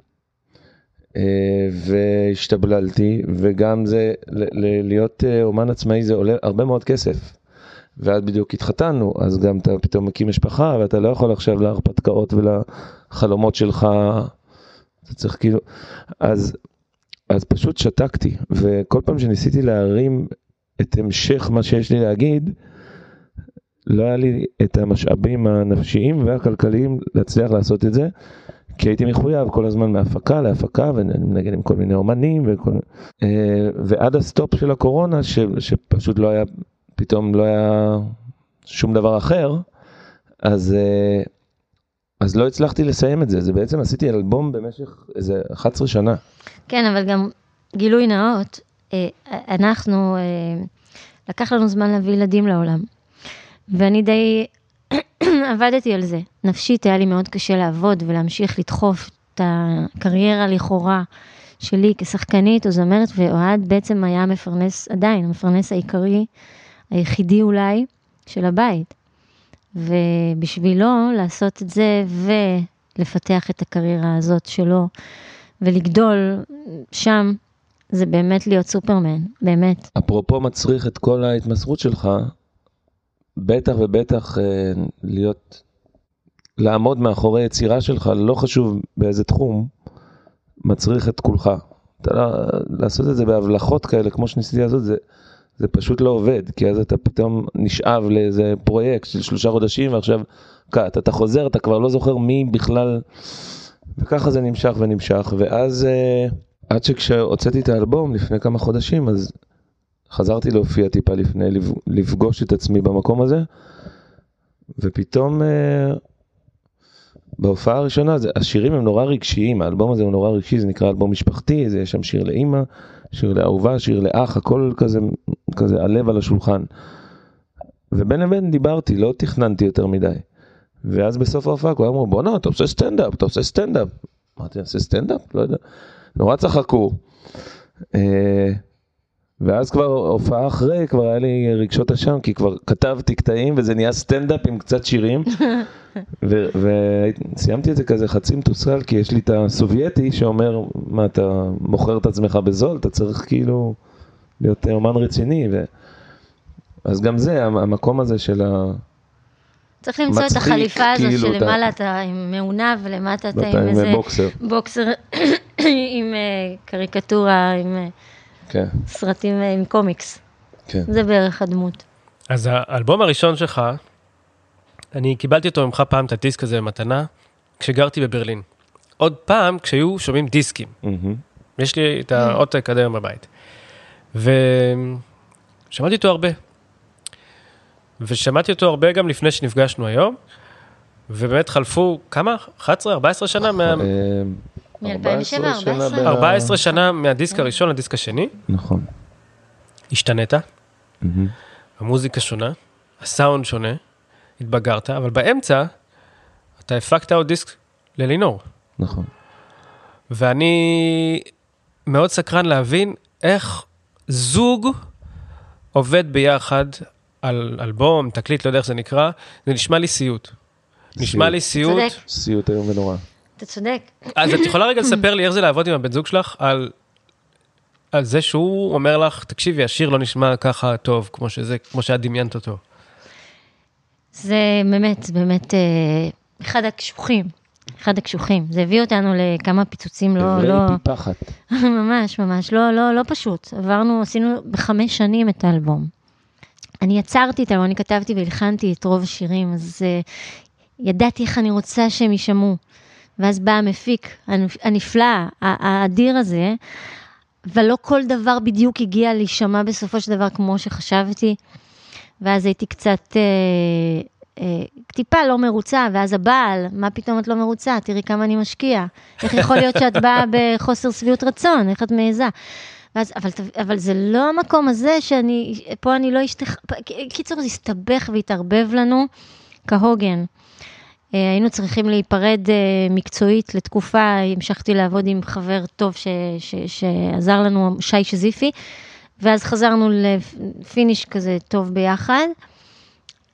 [SPEAKER 3] והשתבללתי, וגם זה, להיות אומן עצמאי זה עולה הרבה מאוד כסף. ואז בדיוק התחתנו, אז גם אתה פתאום מקים משפחה, ואתה לא יכול עכשיו להרפתקאות ולחלומות שלך, אתה צריך כאילו, אז, אז פשוט שתקתי, וכל פעם שניסיתי להרים את המשך מה שיש לי להגיד, לא היה לי את המשאבים הנפשיים והכלכליים להצליח לעשות את זה, כי הייתי מחויב כל הזמן מהפקה להפקה, ונגד עם כל מיני אומנים, וכל... ועד הסטופ של הקורונה, ש... שפשוט לא היה, פתאום לא היה שום דבר אחר, אז, אז לא הצלחתי לסיים את זה. זה בעצם עשיתי אלבום במשך איזה אחת עשרה שנה.
[SPEAKER 4] כן, אבל גם גילוי נאות, אנחנו, לקח לנו זמן להביא ילדים לעולם, ואני די עבדתי על זה. נפשית היה לי מאוד קשה לעבוד ולהמשיך לדחוף את הקריירה לכאורה שלי כשחקנית או זמרת, ואוהד בעצם היה מפרנס עדיין, המפרנס העיקרי, היחידי אולי, של הבית. ובשבילו לעשות את זה ולפתח את הקריירה הזאת שלו, ולגדול שם, זה באמת להיות סופרמן, באמת.
[SPEAKER 3] אפרופו מצריך את כל ההתמסרות שלך, בטח ובטח להיות, לעמוד מאחורי יצירה שלך, לא חשוב באיזה תחום, מצריך את כולך. אתה לא, לעשות את זה בהבלחות כאלה, כמו שניסיתי לעשות, זה, זה פשוט לא עובד, כי אז אתה פתאום נשאב לאיזה פרויקט של שלושה חודשים, ועכשיו אתה, אתה חוזר, אתה כבר לא זוכר מי בכלל, וככה זה נמשך ונמשך, ואז עד שכשהוצאתי את האלבום לפני כמה חודשים, אז חזרתי להופיע טיפה לפני, לפגוש את עצמי במקום הזה, ופתאום בהופעה הראשונה, זה, השירים הם נורא רגשיים, האלבום הזה הוא נורא רגשי, זה נקרא אלבום משפחתי, זה יש שם שיר לאמא, שיר לאהובה, שיר לאח, הכל כזה, כזה הלב על השולחן. ובין לבין דיברתי, לא תכננתי יותר מדי. ואז בסוף ההופעה, הוא אמרו, בוא נה, אתה עושה סטנדאפ, אתה עושה סטנדאפ. אמרתי, עושה סטנדאפ? לא יודע. נורא צחקו. ואז כבר הופעה אחרי, כבר היה לי רגשות אשם, כי כבר כתבתי קטעים, וזה נהיה סטנדאפ עם קצת שירים. וסיימתי את זה כזה חצי מתוסכל, כי יש לי את הסובייטי שאומר, מה, אתה מוכר את עצמך בזול, אתה צריך כאילו להיות אומן רציני. אז גם זה, המקום הזה של ה...
[SPEAKER 4] צריך למצוא את החליפה הזו שלמעלה אתה עם מעונה, ולמטה אתה עם איזה בוקסר עם קריקטורה, עם סרטים, עם קומיקס. זה בערך הדמות.
[SPEAKER 2] אז האלבום הראשון שלך, אני קיבלתי אותו ממך פעם את הדיסק הזה במתנה, כשגרתי בברלין. עוד פעם, כשהיו שומעים דיסקים. יש לי את העותק עד היום בבית. ושמעתי אותו הרבה. ושמעתי אותו הרבה גם לפני שנפגשנו היום, ובאמת חלפו כמה? אחת עשרה, ארבע עשרה שנה?
[SPEAKER 4] מ-אלפיים ושבע, ארבע עשרה.
[SPEAKER 2] ארבע עשרה שנה מהדיסק הראשון לדיסק השני.
[SPEAKER 3] נכון.
[SPEAKER 2] השתנית, המוזיקה שונה, הסאונד שונה, התבגרת, אבל באמצע אתה הפקת עוד דיסק ללינור.
[SPEAKER 3] נכון.
[SPEAKER 2] ואני מאוד סקרן להבין איך זוג עובד ביחד על אלבום, תקליט, לא יודע איך זה נקרא, זה נשמע לי סיוט. נשמע לי סיוט.
[SPEAKER 3] סיוט היום ונורא.
[SPEAKER 4] אתה צודק.
[SPEAKER 2] אז את יכולה רגע לספר לי איך זה לעבוד עם הבן זוג שלך, על, על זה שהוא אומר לך, תקשיבי, השיר לא נשמע ככה טוב, כמו שזה, כמו שאת דמיינת אותו.
[SPEAKER 4] זה באמת, באמת, אחד הקשוחים. אחד הקשוחים. זה הביא אותנו לכמה פיצוצים לא...
[SPEAKER 3] דברי
[SPEAKER 4] לא...
[SPEAKER 3] פיפחת.
[SPEAKER 4] ממש, ממש. לא, לא, לא פשוט. עברנו, עשינו בחמש שנים את האלבום. אני יצרתי את האלבום, אני כתבתי והלחנתי את רוב השירים, אז uh, ידעתי איך אני רוצה שהם יישמעו. ואז בא המפיק, הנפלא, האדיר הזה, אבל לא כל דבר בדיוק הגיע להישמע בסופו של דבר כמו שחשבתי, ואז הייתי קצת... Uh, טיפה לא מרוצה, ואז הבעל, מה פתאום את לא מרוצה? תראי כמה אני משקיע. איך יכול להיות שאת באה בחוסר סביעות רצון? איך את מעיזה? ואז, אבל, אבל זה לא המקום הזה שאני, פה אני לא אשתח... קיצור, זה הסתבך והתערבב לנו כהוגן. היינו צריכים להיפרד מקצועית לתקופה, המשכתי לעבוד עם חבר טוב ש, ש, שעזר לנו, שי שזיפי, ואז חזרנו לפיניש כזה טוב ביחד.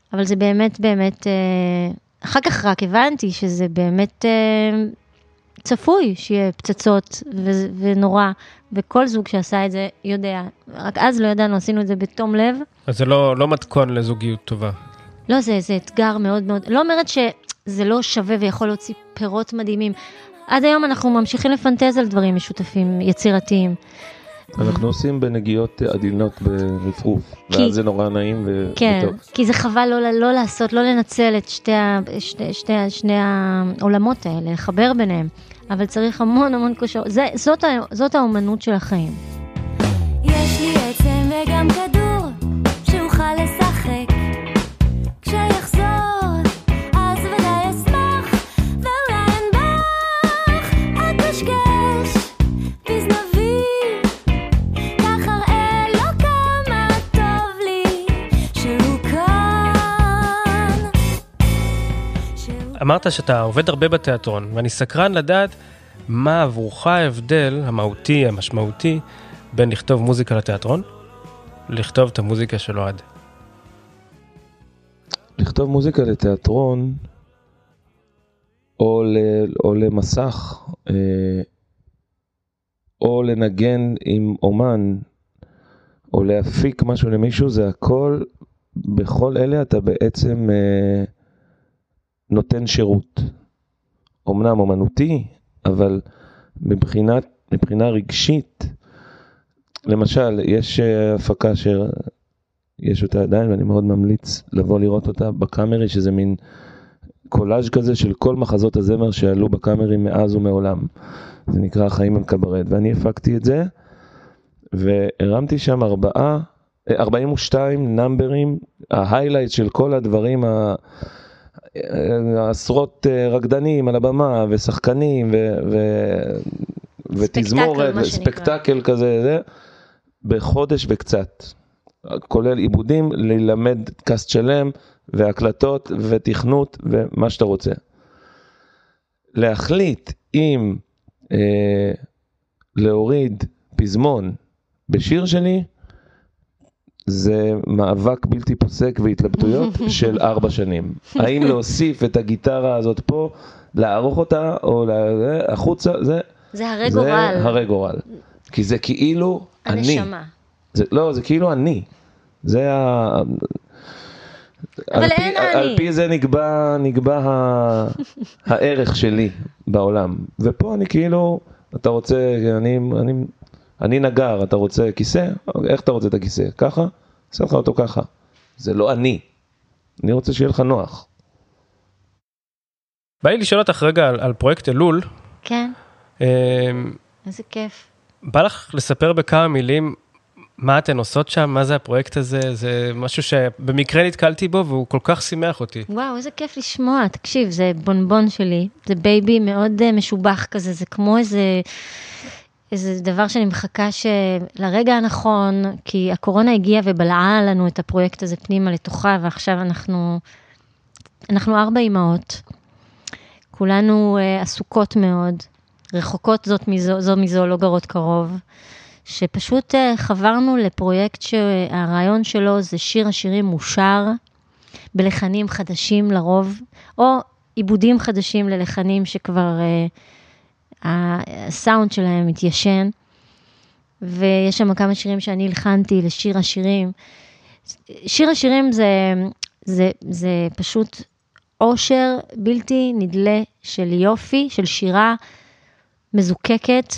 [SPEAKER 4] אבל זה באמת, באמת, אחר כך רק הבנתי שזה באמת צפוי שיהיה פצצות ו- ונורא, וכל זוג שעשה את זה יודע. רק אז לא ידענו, עשינו את זה בתום לב.
[SPEAKER 2] אז זה לא, לא מתכון לזוגיות טובה.
[SPEAKER 4] לא, זה, זה אתגר מאוד מאוד, לא אומרת שזה לא שווה ויכול להוציא פירות מדהימים. עד היום אנחנו ממשיכים לפנטז על דברים משותפים, יצירתיים.
[SPEAKER 3] אנחנו עושים בנגיעות עדינות ברפרוף, ואז זה נורא נעים וטוב.
[SPEAKER 4] כן, כי זה חבל לא, לא לעשות, לא לנצל את שתי, שתי, שתי, שני העולמות האלה, לחבר ביניהם, אבל צריך המון המון כושר, זה, זאת, זאת האומנות של החיים.
[SPEAKER 5] יש לי עצם וגם כדור שאוכל לשחק, כשיחזור אז ודאי אשמח, ואולי אנבח עד קשקש תזנבי, כך אראה לו כמה טוב לי שהוא כאן.
[SPEAKER 2] אמרת שאתה עובד הרבה בתיאטרון, ואני סקרן לדעת מה עבורך ההבדל המהותי, המשמעותי, בין לכתוב מוזיקה לתיאטרון, לכתוב את המוזיקה של אוהד.
[SPEAKER 3] לכתוב מוזיקה לתיאטרון, או, ל, או למסך, או לנגן עם אומן, או להפיק משהו למישהו, זה הכל, בכל אלה אתה בעצם נותן שירות. אמנם אומנותי, אבל מבחינת, מבחינה רגשית, למשל, יש הפקה שיש אותה עדיין, ואני מאוד ממליץ לבוא לראות אותה בקאמרי, שזה מין קולאז' כזה של כל מחזות הזמר שעלו בקאמרי מאז ומעולם. זה נקרא חיים הם קברט, ואני הפקתי את זה, והרמתי שם ארבעה, ארבעים ושתיים נאמברים, ההיילייט של כל הדברים, העשרות רקדנים על הבמה, ושחקנים, ו... ו... ותזמורת, ספקטקל כזה, זה, בחודש וקצת, כולל עיבודים, ללמד קאסט שלם, והקלטות, ותכנות, ומה שאתה רוצה. להחליט אם אה, להוריד פזמון בשיר שלי, זה מאבק בלתי פוסק והתלבטויות של ארבע שנים. האם להוסיף את הגיטרה הזאת פה, לערוך אותה, או החוצה, זה...
[SPEAKER 4] זה הרי גורל.
[SPEAKER 3] זה הרי גורל. כי זה כאילו אני.
[SPEAKER 4] הנשמה.
[SPEAKER 3] זה, לא, זה כאילו אני. זה ה...
[SPEAKER 4] אבל
[SPEAKER 3] על
[SPEAKER 4] אין
[SPEAKER 3] פי,
[SPEAKER 4] אני.
[SPEAKER 3] על פי זה נקבע, נקבע ה... הערך שלי בעולם. ופה אני כאילו, אתה רוצה, אני, אני, אני נגר, אתה רוצה כיסא? איך אתה רוצה את הכיסא? ככה? עושה לך אותו ככה. זה לא אני. אני רוצה שיהיה לך נוח.
[SPEAKER 2] בא לי לשאול אותך רגע על, על פרויקט אלול.
[SPEAKER 4] כן. איזה כיף.
[SPEAKER 2] בא לך לספר בכמה מילים מה אתן עושות שם, מה זה הפרויקט הזה, זה משהו שבמקרה נתקלתי בו והוא כל כך שימח אותי.
[SPEAKER 4] וואו, איזה כיף לשמוע, תקשיב, זה בונבון שלי, זה בייבי מאוד משובח כזה, זה כמו איזה, איזה דבר שאני מחכה שלרגע הנכון, כי הקורונה הגיעה ובלעה לנו את הפרויקט הזה פנימה לתוכה, ועכשיו אנחנו, אנחנו ארבע אימהות, כולנו עסוקות מאוד, רחוקות זאת מזו, זו מזו, לא גרות קרוב, שפשוט חברנו לפרויקט שהרעיון שלו זה שיר השירים מושר, בלחנים חדשים לרוב, או עיבודים חדשים ללחנים שכבר הסאונד שלהם מתיישן, ויש שם כמה שירים שאני הלחנתי לשיר השירים. שיר השירים זה, זה, זה פשוט אושר בלתי נדלה של יופי, של שירה מזוקקת,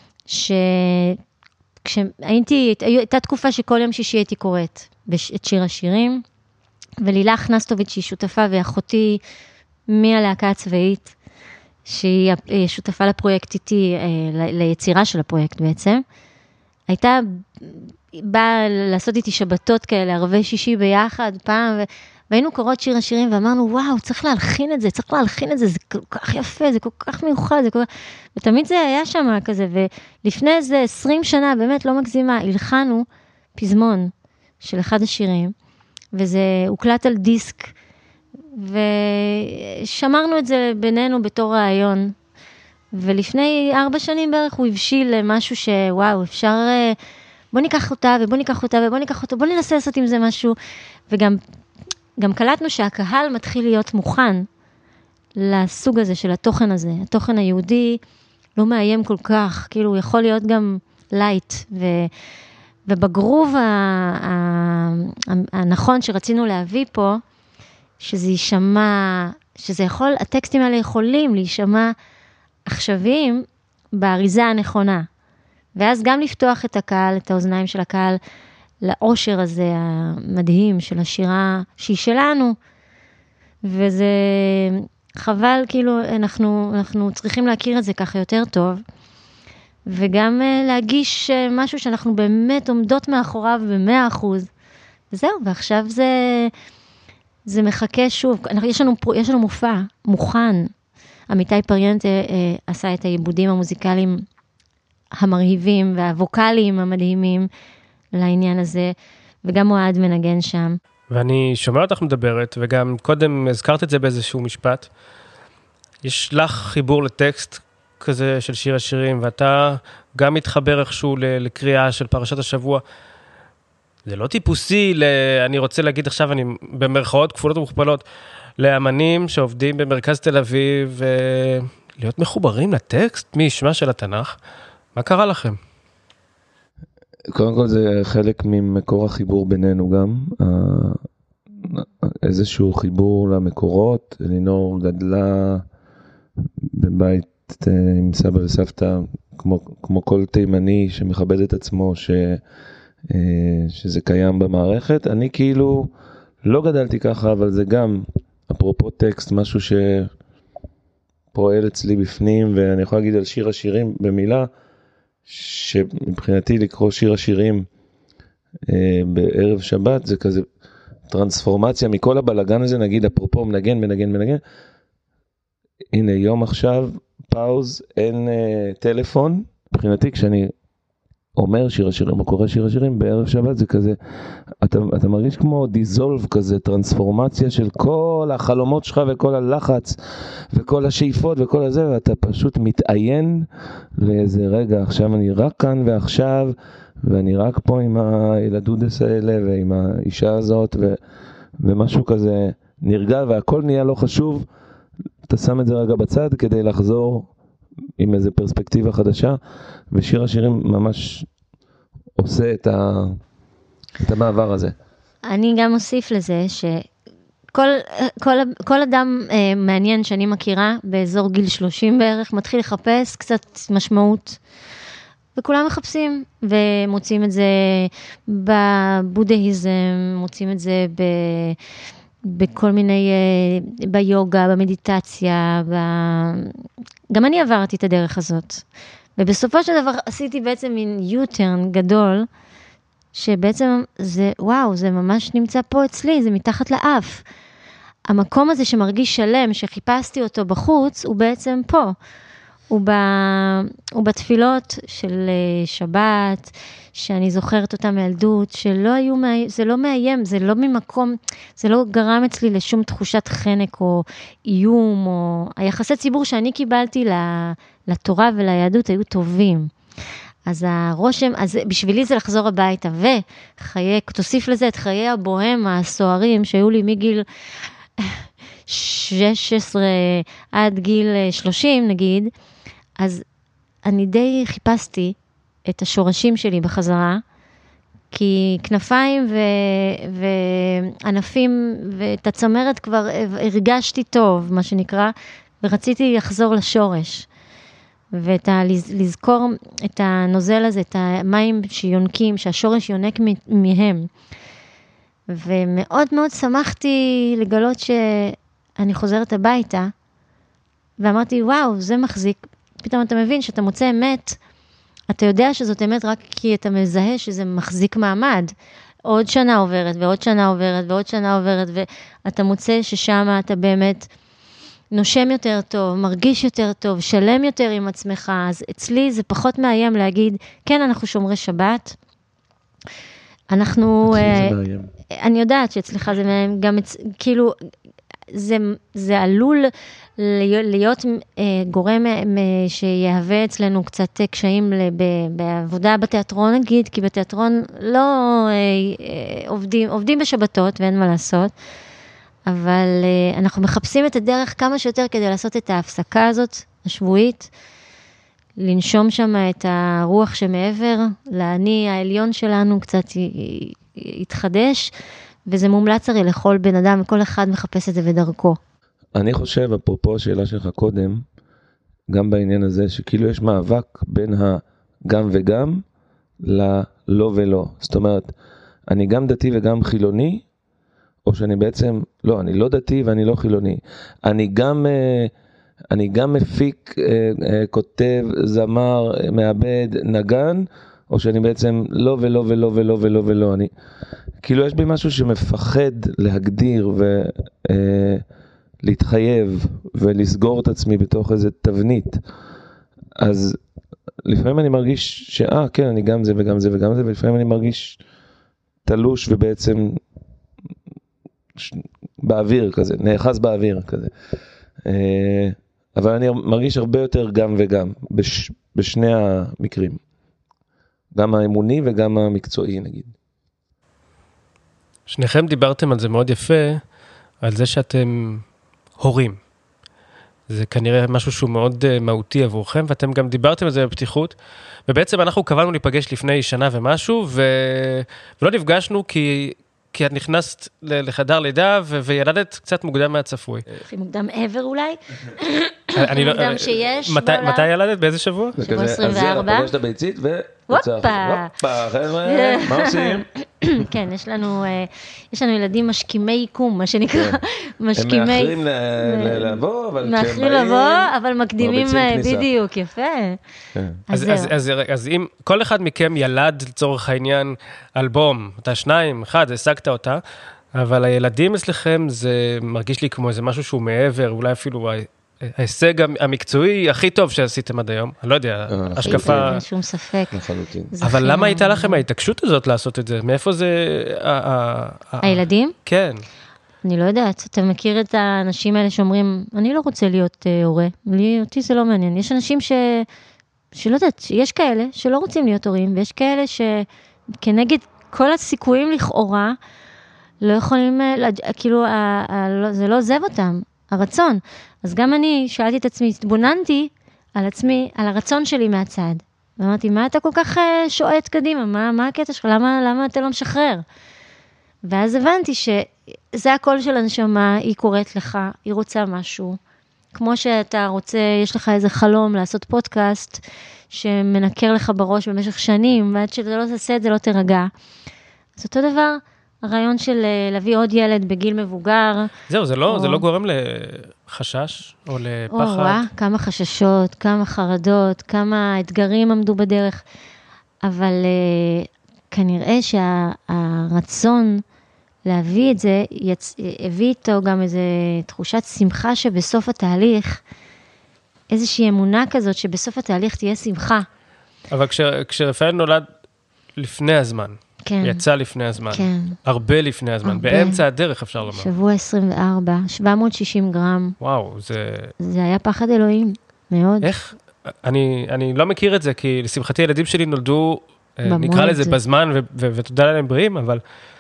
[SPEAKER 4] שכשהייתי, הייתה תקופה שכל יום שישי הייתי קוראת את שיר השירים, ולילך נסטוביץ' שהיא שותפה, ואחותי מהלהקה הצבאית, שהיא שותפה לפרויקט איתי, ליצירה של הפרויקט בעצם, הייתה באה לעשות איתי שבתות כאלה, ערבי שישי ביחד, פעם, ו... והיינו קוראות שיר השירים, ואמרנו, וואו, צריך להלחין את זה, צריך להלחין את זה, זה כל כך יפה, זה כל כך מיוחד, זה כל כך... ותמיד זה היה שם כזה, ולפני איזה עשרים שנה, באמת לא מגזימה, הלחנו פזמון של אחד השירים, וזה הוקלט על דיסק, ושמרנו את זה בינינו בתור רעיון, ולפני ארבע שנים בערך הוא הבשיל למשהו שוואו, אפשר, בוא ניקח אותה, ובוא ניקח אותה, ובוא ניקח אותה, בוא ננסה לעשות עם זה משהו, וגם גם קלטנו שהקהל מתחיל להיות מוכן לסוג הזה של התוכן הזה. התוכן היהודי לא מאיים כל כך, כאילו הוא יכול להיות גם לייט, ו, ובגרוב ה, ה, הנכון שרצינו להביא פה, שזה יישמע, שזה יכול, הטקסטים האלה יכולים להישמע עכשוויים באריזה הנכונה. ואז גם לפתוח את הקהל, את האוזניים של הקהל, לאושר הזה המדהים של השירה שהיא שלנו. וזה חבל, כאילו אנחנו, אנחנו צריכים להכיר את זה ככה יותר טוב. וגם להגיש משהו שאנחנו באמת עומדות מאחוריו במאה אחוז. וזהו, ועכשיו זה, זה מחכה שוב. יש לנו, יש לנו מופע מוכן. עמיתי פריאנט עשה את העיבודים המוזיקליים המרהיבים והווקליים המדהימים לעניין הזה, וגם מועד מנגן שם.
[SPEAKER 2] ואני שומע אותך מדברת, וגם קודם הזכרת את זה באיזשהו משפט. יש לך חיבור לטקסט כזה של שיר השירים, ואתה גם מתחבר איכשהו לקריאה של פרשת השבוע. זה לא טיפוסי, ל... אני רוצה להגיד עכשיו, אני במרכאות כפולות ומוכפלות, לאמנים שעובדים במרכז תל אביב, ולהיות מחוברים לטקסט מישמע של התנ"ך. מה קרה לכם?
[SPEAKER 3] קודם כל זה חלק ממקור החיבור בינינו גם, איזשהו חיבור למקורות. אלינור גדלה בבית עם סבא וסבתא, כמו, כמו כל תימני שמכבד את עצמו, ש, שזה קיים במערכת. אני כאילו לא גדלתי ככה, אבל זה גם, אפרופו טקסט, משהו שפועל אצלי בפנים, ואני יכול להגיד על שיר השירים במילה, שמבחינתי לקרוא שיר השירים אה, בערב שבת, זה כזה טרנספורמציה מכל הבלגן הזה, נגיד אפרופו מנגן, מנגן, מנגן, הנה יום עכשיו, פאוז, אין אה, טלפון, מבחינתי כשאני אומר שיר השירים, או קורא שיר השירים בערב שבת, זה כזה, אתה, אתה מרגיש כמו דיזולב כזה, טרנספורמציה של כל החלומות שלך וכל הלחץ וכל השאיפות וכל הזה, ואתה פשוט מתעיין לאיזה רגע, עכשיו אני רק כאן ועכשיו, ואני רק פה עם הילדודס האלה ועם האישה הזאת, ו, ומשהו כזה נרגע, והכל נהיה לא חשוב, אתה שם את זה רגע בצד כדי לחזור עם איזו פרספקטיבה חדשה, ושיר השירים ממש עושה את, ה... את המעבר הזה.
[SPEAKER 4] אני גם אוסיף לזה שכל כל, כל אדם אה, מעניין שאני מכירה, באזור גיל שלושים בערך, מתחיל לחפש קצת משמעות, וכולם מחפשים, ומוצאים את זה בבודהיזם, מוצאים את זה ב... בכל מיני, ביוגה, במדיטציה, ב... גם אני עברתי את הדרך הזאת. ובסופו של דבר עשיתי בעצם מין U-turn גדול, שבעצם זה, וואו, זה ממש נמצא פה אצלי, זה מתחת לאף. המקום הזה שמרגיש שלם, שחיפשתי אותו בחוץ, הוא בעצם פה. הוא, ב... הוא בתפילות של שבת, שאני זוכרת אותה מילדות, שלא היו, זה לא מאיים, זה לא ממקום, זה לא גרם אצלי לשום תחושת חנק או איום, או היחסי ציבור שאני קיבלתי לתורה וליהדות היו טובים. אז הרושם, אז בשבילי זה לחזור הביתה, וחיי, תוסיף לזה את חיי הבוהם הסוערים, שהיו לי מגיל שש עשרה עד גיל שלושים נגיד, אז אני די חיפשתי את השורשים שלי בחזרה, כי כנפיים ו- וענפים ואת הצמרת כבר הרגשתי טוב, מה שנקרא, ורציתי לחזור לשורש. ואת ה- לזכור את הנוזל הזה, את המים שיונקים, שהשורש יונק מהם. ומאוד מאוד שמחתי לגלות שאני חוזרת הביתה, ואמרתי, וואו, זה מחזיק. פתאום אתה מבין שאתה מוצא אמת, אתה יודע שזאת אמת רק כי אתה מזהה שזה מחזיק מעמד. עוד שנה עוברת, ועוד שנה עוברת, ועוד שנה עוברת, ואתה מוצא ששם אתה באמת נושם יותר טוב, מרגיש יותר טוב, שלם יותר עם עצמך. אז אצלי זה פחות מאיים להגיד, כן, אנחנו שומרי שבת. אנחנו... אני יודעת שאצלך זה גם, כאילו, זה, זה עלול להיות גורם שיהווה אצלנו קצת קשיים בעבודה בתיאטרון, נגיד, כי בתיאטרון לא עובדים, עובדים בשבתות ואין מה לעשות, אבל uh, אנחנו מחפשים את הדרך כמה שיותר כדי לעשות את ההפסקה הזאת, השבועית, לנשום שם את הרוח שמעבר, לעני העליון שלנו קצת י- י- יתחדש, וזה מומלץ הרי לכל בן אדם, וכל אחד מחפש את זה בדרכו.
[SPEAKER 3] אני חושב, אפרופו השאלה שלך קודם, גם בעניין הזה, שכאילו יש מאבק בין הגם וגם ללא ולא. זאת אומרת, אני גם דתי וגם חילוני, או שאני בעצם, לא, אני לא דתי ואני לא חילוני. אני גם, אני גם מפיק, כותב, זמר, מעבד, נגן, או שאני בעצם לא ולא ולא ולא ולא ולא. אני, כאילו יש בי משהו שמפחד להגדיר ולהתחייב ולסגור את עצמי בתוך איזה תבנית. אז לפעמים אני מרגיש שאה, כן, אני גם זה וגם זה וגם זה, ולפעמים אני מרגיש תלוש ובעצם באוויר כזה, נאחז באוויר כזה. אבל אני מרגיש הרבה יותר גם וגם, בש, בשני המקרים. גם האמוני וגם המקצועי, נגיד.
[SPEAKER 2] שניכם דיברתם על זה מאוד יפה, על זה שאתם הורים. זה כנראה משהו שהוא מאוד uh, מהותי עבורכם, ואתם גם דיברתם על זה בפתיחות, ובעצם אנחנו קבענו להיפגש לפני שנה ומשהו, ו... ולא נפגשנו כי, כי את נכנסת לחדר לידה, ו... וילדת קצת מוקדם מהצפוי.
[SPEAKER 4] הכי מוקדם ever אולי.
[SPEAKER 2] הכי
[SPEAKER 4] מוקדם שיש
[SPEAKER 2] מתי, מתי ילדת? באיזה שבוע?
[SPEAKER 4] שבוע עשרים וארבע.
[SPEAKER 3] אז פוגש את הביצית ו...
[SPEAKER 4] וופא.
[SPEAKER 3] וופא, חבר'ה, מה עושים?
[SPEAKER 4] כן, יש לנו, יש לנו ילדים משכימי עיקום, מה שנקרא.
[SPEAKER 3] הם מאחרים לבוא, אבל כשהם באים...
[SPEAKER 4] מאחרים לבוא, אבל מקדימים בדיוק, יפה.
[SPEAKER 2] אז אם כל אחד מכם ילד לצורך העניין אלבום, אתה שניים, אחד, השגת אותה, אבל הילדים אצלכם זה מרגיש לי כמו איזה משהו שהוא מעבר, אולי אפילו ההישג המקצועי הכי טוב שעשיתם עד היום, אני לא יודע, השקפה...
[SPEAKER 4] שום ספק.
[SPEAKER 2] אבל למה הייתה לכם ההתעקשות הזאת לעשות את זה? מאיפה זה...
[SPEAKER 4] הילדים?
[SPEAKER 2] כן.
[SPEAKER 4] אני לא יודעת, אתה מכיר את האנשים האלה שאומרים, אני לא רוצה להיות הורה, אותי זה לא מעניין. יש אנשים ש... שלא יודעת, יש כאלה שלא רוצים להיות הורים, ויש כאלה שכנגד כל הסיכויים לכאורה, לא יכולים, כאילו, זה לא עוזב אותם, הרצון. אז גם אני שאלתי את עצמי, התבוננתי על עצמי, על הרצון שלי מהצד. ואמרתי, מה אתה כל כך שואט קדימה? מה, מה הקטע שלך? למה, למה אתה לא משחרר? ואז הבנתי שזה הקול של הנשמה, היא קוראת לך, היא רוצה משהו. כמו שאתה רוצה, יש לך איזה חלום לעשות פודקאסט, שמנקר לך בראש במשך שנים, ועד שאתה לא תעשה את זה, לא תרגע. אז אותו דבר, הרעיון של להביא עוד ילד בגיל מבוגר.
[SPEAKER 2] זהו, זה לא, או... זה לא גורם לחשש או לפחד.
[SPEAKER 4] או, וואה, כמה חששות, כמה חרדות, כמה אתגרים עמדו בדרך. אבל uh, כנראה שהרצון להביא את זה, יצ... הביא איתו גם איזו תחושת שמחה שבסוף התהליך, איזושהי אמונה כזאת שבסוף התהליך תהיה שמחה.
[SPEAKER 2] אבל כש... כשרפאל נולד לפני הזמן,
[SPEAKER 4] כן.
[SPEAKER 2] יצא לפני הזמן.
[SPEAKER 4] כן.
[SPEAKER 2] הרבה לפני הזמן.
[SPEAKER 4] הרבה.
[SPEAKER 2] באמצע הדרך אפשר לומר.
[SPEAKER 4] שבוע עשרים וארבע, שבע מאות ושישים גרם.
[SPEAKER 2] וואו, זה...
[SPEAKER 4] זה היה פחד אלוהים, מאוד.
[SPEAKER 2] איך? אני, אני לא מכיר את זה, כי לשמחתי הילדים שלי נולדו,
[SPEAKER 4] במועד.
[SPEAKER 2] נקרא לזה בזמן, ו- ו- ותודה להם בריאים, אבל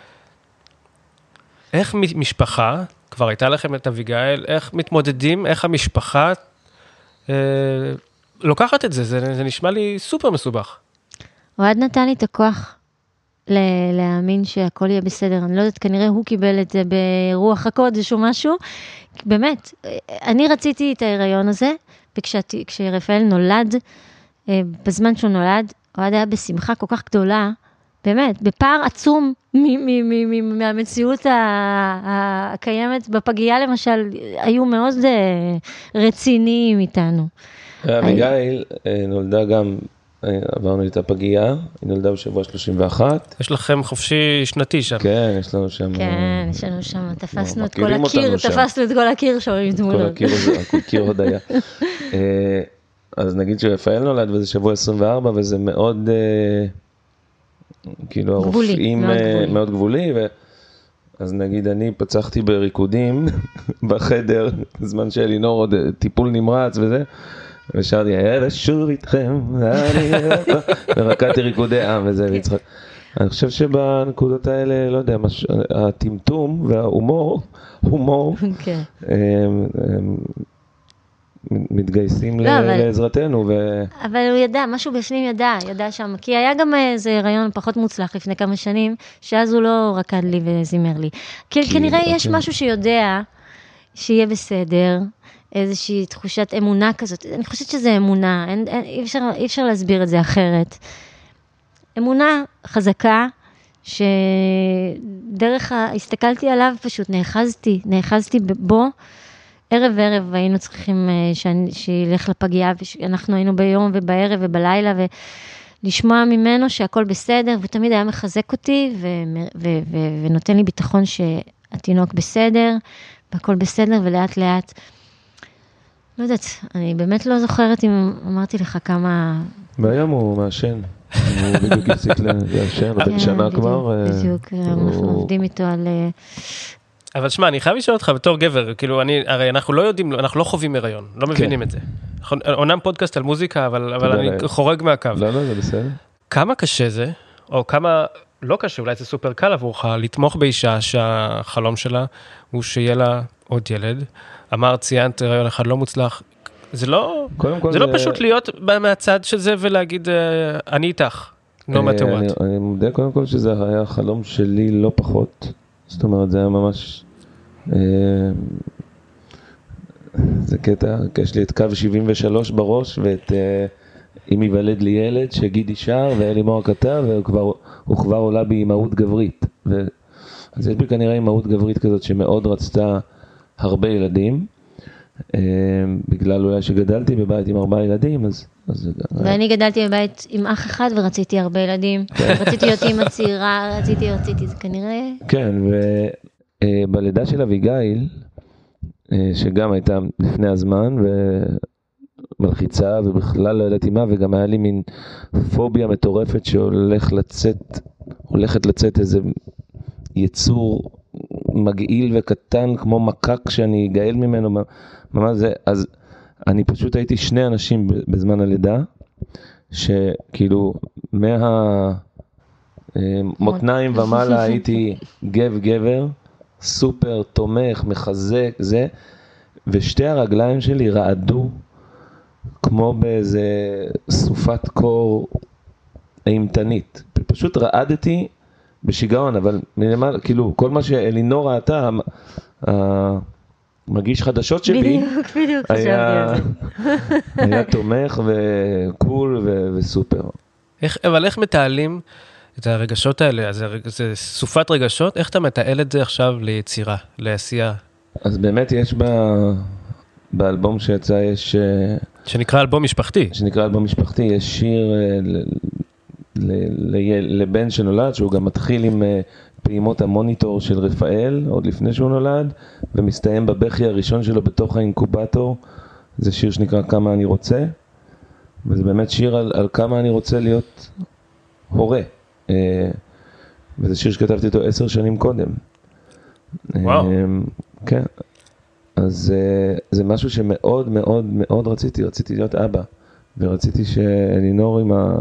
[SPEAKER 2] איך משפחה, כבר הייתה לכם את אביגיל, איך מתמודדים, איך המשפחה אה, לוקחת את זה? זה, זה נשמע לי סופר מסובך.
[SPEAKER 4] אוהד נתן לי את הכוח להאמין שהכל יהיה בסדר. אני לא יודעת, כנראה הוא קיבל את זה ברוח הקודש או משהו. באמת, אני רציתי את ההיריון הזה, וכשרפאל נולד, בזמן שהוא נולד, אוהד היה בשמחה כל כך גדולה, באמת, בפער עצום מהמציאות הקיימת בפגייה למשל, היו מאוד רציניים איתנו.
[SPEAKER 3] אביגיל נולדה גם, עברנו את הפגייה, היא נולדה בשבוע שלושים ואחת.
[SPEAKER 2] יש לכם חופשי שנתי שם.
[SPEAKER 3] כן, יש לנו שם...
[SPEAKER 4] כן, יש לנו שם, תפסנו את כל הקיר, תפסנו את כל הקיר שם עם תמונות.
[SPEAKER 3] כל הקיר עוד היה. אז נגיד שרפאל נולד, וזה שבוע עשרים וארבע, וזה מאוד, כאילו, הרופאים מאוד גבולי, אז נגיד אני פצחתי בריקודים בחדר, בזמן שאלינור עוד טיפול נמרץ וזה, ושרתי, הילד שוב איתכם, ורקעתי ריקודי עם וזה, ויצחק. אני חושב שבנקודות האלה, לא יודע, מש... הטמטום וההומור, הומור,
[SPEAKER 4] כן.
[SPEAKER 3] הם, הם מתגייסים
[SPEAKER 4] לא,
[SPEAKER 3] ל...
[SPEAKER 4] אבל-
[SPEAKER 3] לעזרתנו. ו...
[SPEAKER 4] אבל הוא ידע, משהו בפנים ידע, ידע שם, כי היה גם איזה רעיון פחות מוצלח לפני כמה שנים, שאז הוא לא רקד לי וזימר לי. כי
[SPEAKER 3] כי-
[SPEAKER 4] כנראה יש
[SPEAKER 3] אוקיי.
[SPEAKER 4] משהו שיודע שיהיה בסדר, איזושהי תחושת אמונה כזאת. אני חושבת שזה אמונה, אין, אין, אי אפשר, אי אפשר להסביר את זה אחרת. אמונה חזקה, שדרך ה... הסתכלתי עליו פשוט, נאחזתי, נאחזתי בו. ערב ערב היינו צריכים אה, שאני- שילך לפגייה, ואנחנו היינו ביום ובערב ובלילה, ולשמוע ממנו שהכל בסדר, ותמיד היה מחזק אותי, ו- ו- ו- ונותן לי ביטחון שהתינוק בסדר, והכל בסדר, ולאט לאט, לא יודעת, אני באמת לא זוכרת אם אמרתי לך כמה...
[SPEAKER 3] והיום הוא מעשן. הוא בדיוק הפסיק לעשן, הוא בן
[SPEAKER 4] כן,
[SPEAKER 3] שנה
[SPEAKER 4] בדיוק,
[SPEAKER 3] כבר. אה,
[SPEAKER 4] בדיוק, אנחנו
[SPEAKER 3] הוא-
[SPEAKER 4] עובדים איתו על... אה,
[SPEAKER 2] אבל שמע, אני חייב לשאול אותך בתור גבר, כאילו, אני, הרי אנחנו לא יודעים, אנחנו לא חווים הריון, לא מבינים את זה. נכון, אומנם פודקאסט על מוזיקה, אבל, אבל אני
[SPEAKER 3] לאל.
[SPEAKER 2] חורג מהקו.
[SPEAKER 3] לא, לא, זה בסדר.
[SPEAKER 2] כמה קשה זה, או כמה לא קשה, אולי זה סופר קל עבורך, לתמוך באישה שהחלום שלה הוא שיהיה לה עוד ילד. אמר, ציינת הריון אחד לא מוצלח. זה לא,
[SPEAKER 3] קודם כל
[SPEAKER 2] זה לא פשוט להיות מהצד של זה ולהגיד, אה, אני איתך, no matter
[SPEAKER 3] אה, אני-
[SPEAKER 2] what.
[SPEAKER 3] אני מודה קודם כל שזה היה חלום שלי לא פחות. זאת אומרת, זה היה ממש... אה, זה קטע, כי יש לי את קו שבעים ושלוש בראש, ואת אה, אם ייוולד לי ילד, שגידי שר, ואלי מור כתב, והוא כבר, הוא כבר עולה באימהות גברית. ו... אז יש בי כנראה אימהות גברית כזאת, שמאוד רצתה הרבה ילדים, אה, בגלל אולי שגדלתי בבית עם ארבעה ילדים, אז... אז
[SPEAKER 4] ואני גדלתי בבית עם אח אחד ורציתי הרבה ילדים. רציתי להיות אימא צעירה, רציתי, רציתי, זה כנראה...
[SPEAKER 3] כן, ובלידה של אביגיל, אה, שגם הייתה לפני הזמן, ומלחיצה, ובכלל לא ידעתי מה, וגם היה לי מין פוביה מטורפת שהולך לצאת, הולכת לצאת איזה יצור מגעיל וקטן, כמו מקק שאני אגאל ממנו, ממש זה, אז אני פשוט הייתי שני אנשים בזמן הלידה, שכאילו מה... מותניים ומעלה הייתי גב גבר, סופר תומך, מחזק, זה, ושתי הרגליים שלי רעדו כמו באיזה סופת קור אימתנית. פשוט רעדתי בשיגעון, אבל מלמעלה, כאילו, כל מה שאלינור ראתה, המגיש חדשות שלי,
[SPEAKER 4] בדיוק, בדיוק, חשבתי
[SPEAKER 3] היה,
[SPEAKER 4] על זה.
[SPEAKER 3] היה תומך וקול ו- וסופר.
[SPEAKER 2] איך, אבל איך מתעלים את הרגשות האלה? אז זה, זה סופת רגשות, איך אתה מתעל את זה עכשיו ליצירה, לעשייה?
[SPEAKER 3] אז באמת יש בה, באלבום שיצא יש, אה,
[SPEAKER 2] שנקרא אלבום משפחתי.
[SPEAKER 3] שנקרא אלבום משפחתי, יש שיר אה, ל- ל- ל- לבן שנולד, שהוא גם מתחיל עם אה, פעימות המוניטור של רפאל, עוד לפני שהוא נולד, ומסתיים בבכי הראשון שלו בתוך האינקובטור. זה שיר שנקרא כמה אני רוצה, וזה באמת שיר על, על כמה אני רוצה להיות הורה. אה, וזה שיר שכתבתי אותו עשר שנים קודם.
[SPEAKER 2] וואו.
[SPEAKER 3] אה, כן. אז אה, זה משהו שמאוד מאוד מאוד רציתי, רציתי להיות אבא, ורציתי שאלינור עם, ה...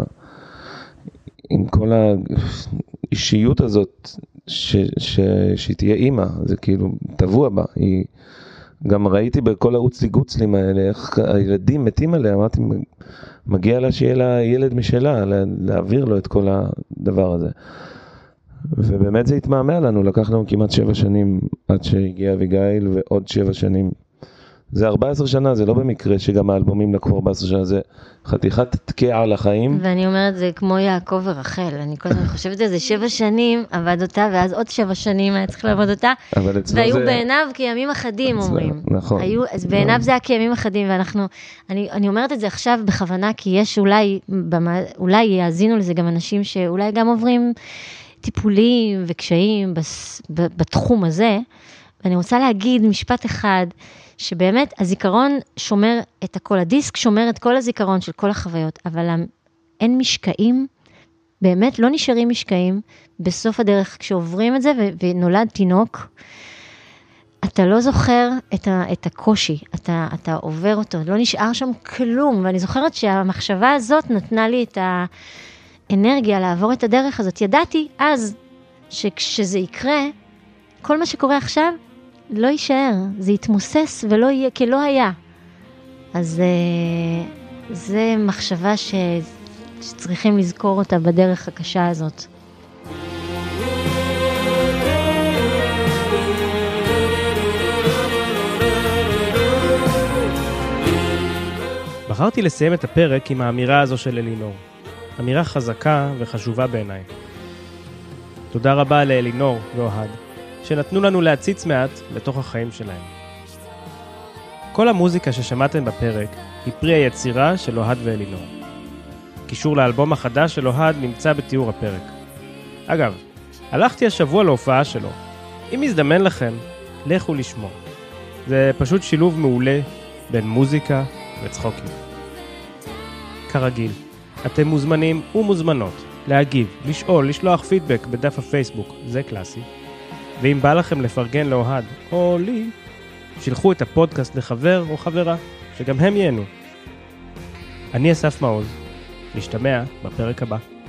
[SPEAKER 3] עם כל האישיות הזאת, ש... ש... שהיא תהיה אימא, זה כאילו טבוע בה, היא... גם ראיתי בכל העוצלי גוצלים האלה, איך הילדים מתים עליה, אמרתי, מגיע לה שיהיה לה ילד משלה, לה... להעביר לו את כל הדבר הזה. ובאמת זה התמהמה לנו, לקח לנו כמעט שבע שנים עד שהגיע אביגיל, ועוד שבע שנים. זה ארבע עשרה שנה, זה לא במקרה שגם האלבומים לקחו ארבע עשרה שנה, זה חתיכת תקע על החיים.
[SPEAKER 4] ואני אומרת, זה כמו יעקב ורחל, אני כל הזמן חושבת על זה, שבע שנים עבד אותה, ואז עוד שבע שנים היה צריך לעבוד אותה,
[SPEAKER 3] אבל אצלו
[SPEAKER 4] והיו
[SPEAKER 3] זה...
[SPEAKER 4] בעיניו כימים אחדים,
[SPEAKER 3] אצלו,
[SPEAKER 4] אומרים.
[SPEAKER 3] נכון.
[SPEAKER 4] היו, אז בעיניו זה היה כימים אחדים, ואנחנו, אני, אני אומרת את זה עכשיו בכוונה, כי יש אולי, במה, אולי יאזינו לזה גם אנשים שאולי גם עוברים טיפולים וקשיים בס, ב, בתחום הזה, ואני רוצה להגיד משפט אחד, שבאמת הזיכרון שומר את הכל, הדיסק שומר את כל הזיכרון של כל החוויות, אבל אין משקעים, באמת לא נשארים משקעים, בסוף הדרך כשעוברים את זה ו- ונולד תינוק, אתה לא זוכר את, ה- את הקושי, אתה, אתה עובר אותו, לא נשאר שם כלום, ואני זוכרת שהמחשבה הזאת נתנה לי את, ה- אנרגיה לעבור את הדרך הזאת. ידעתי אז שכשזה יקרה, כל מה שקורה עכשיו לא יישאר, זה יתמוסס ולא יהיה, כלא היה. אז זה מחשבה ש... שצריכים לזכור אותה בדרך הקשה הזאת.
[SPEAKER 2] בחרתי לסיים את הפרק עם האמירה הזו של אלינור. אמירה חזקה וחשובה בעיניי. תודה רבה לאלינור ואוהד, שנתנו לנו להציץ מעט לתוך החיים שלהם. כל המוזיקה ששמעתם בפרק היא פרי היצירה של אוהד ואלינור. קישור לאלבום החדש של אוהד נמצא בתיאור הפרק. אגב, הלכתי השבוע להופעה שלו. אם יזדמן לכם, לכו לשמוע. זה פשוט שילוב מעולה בין מוזיקה וצחוקים. כרגיל, אתם מוזמנים ומוזמנות להגיב, לשאול, לשלוח פידבק בדף הפייסבוק, זה קלאסי. ואם בא לכם לפרגן לאוהד או לי, שלחו את הפודקאסט לחבר או חברה, שגם הם ייהנו. אני אסף מעוז, נשתמע בפרק הבא.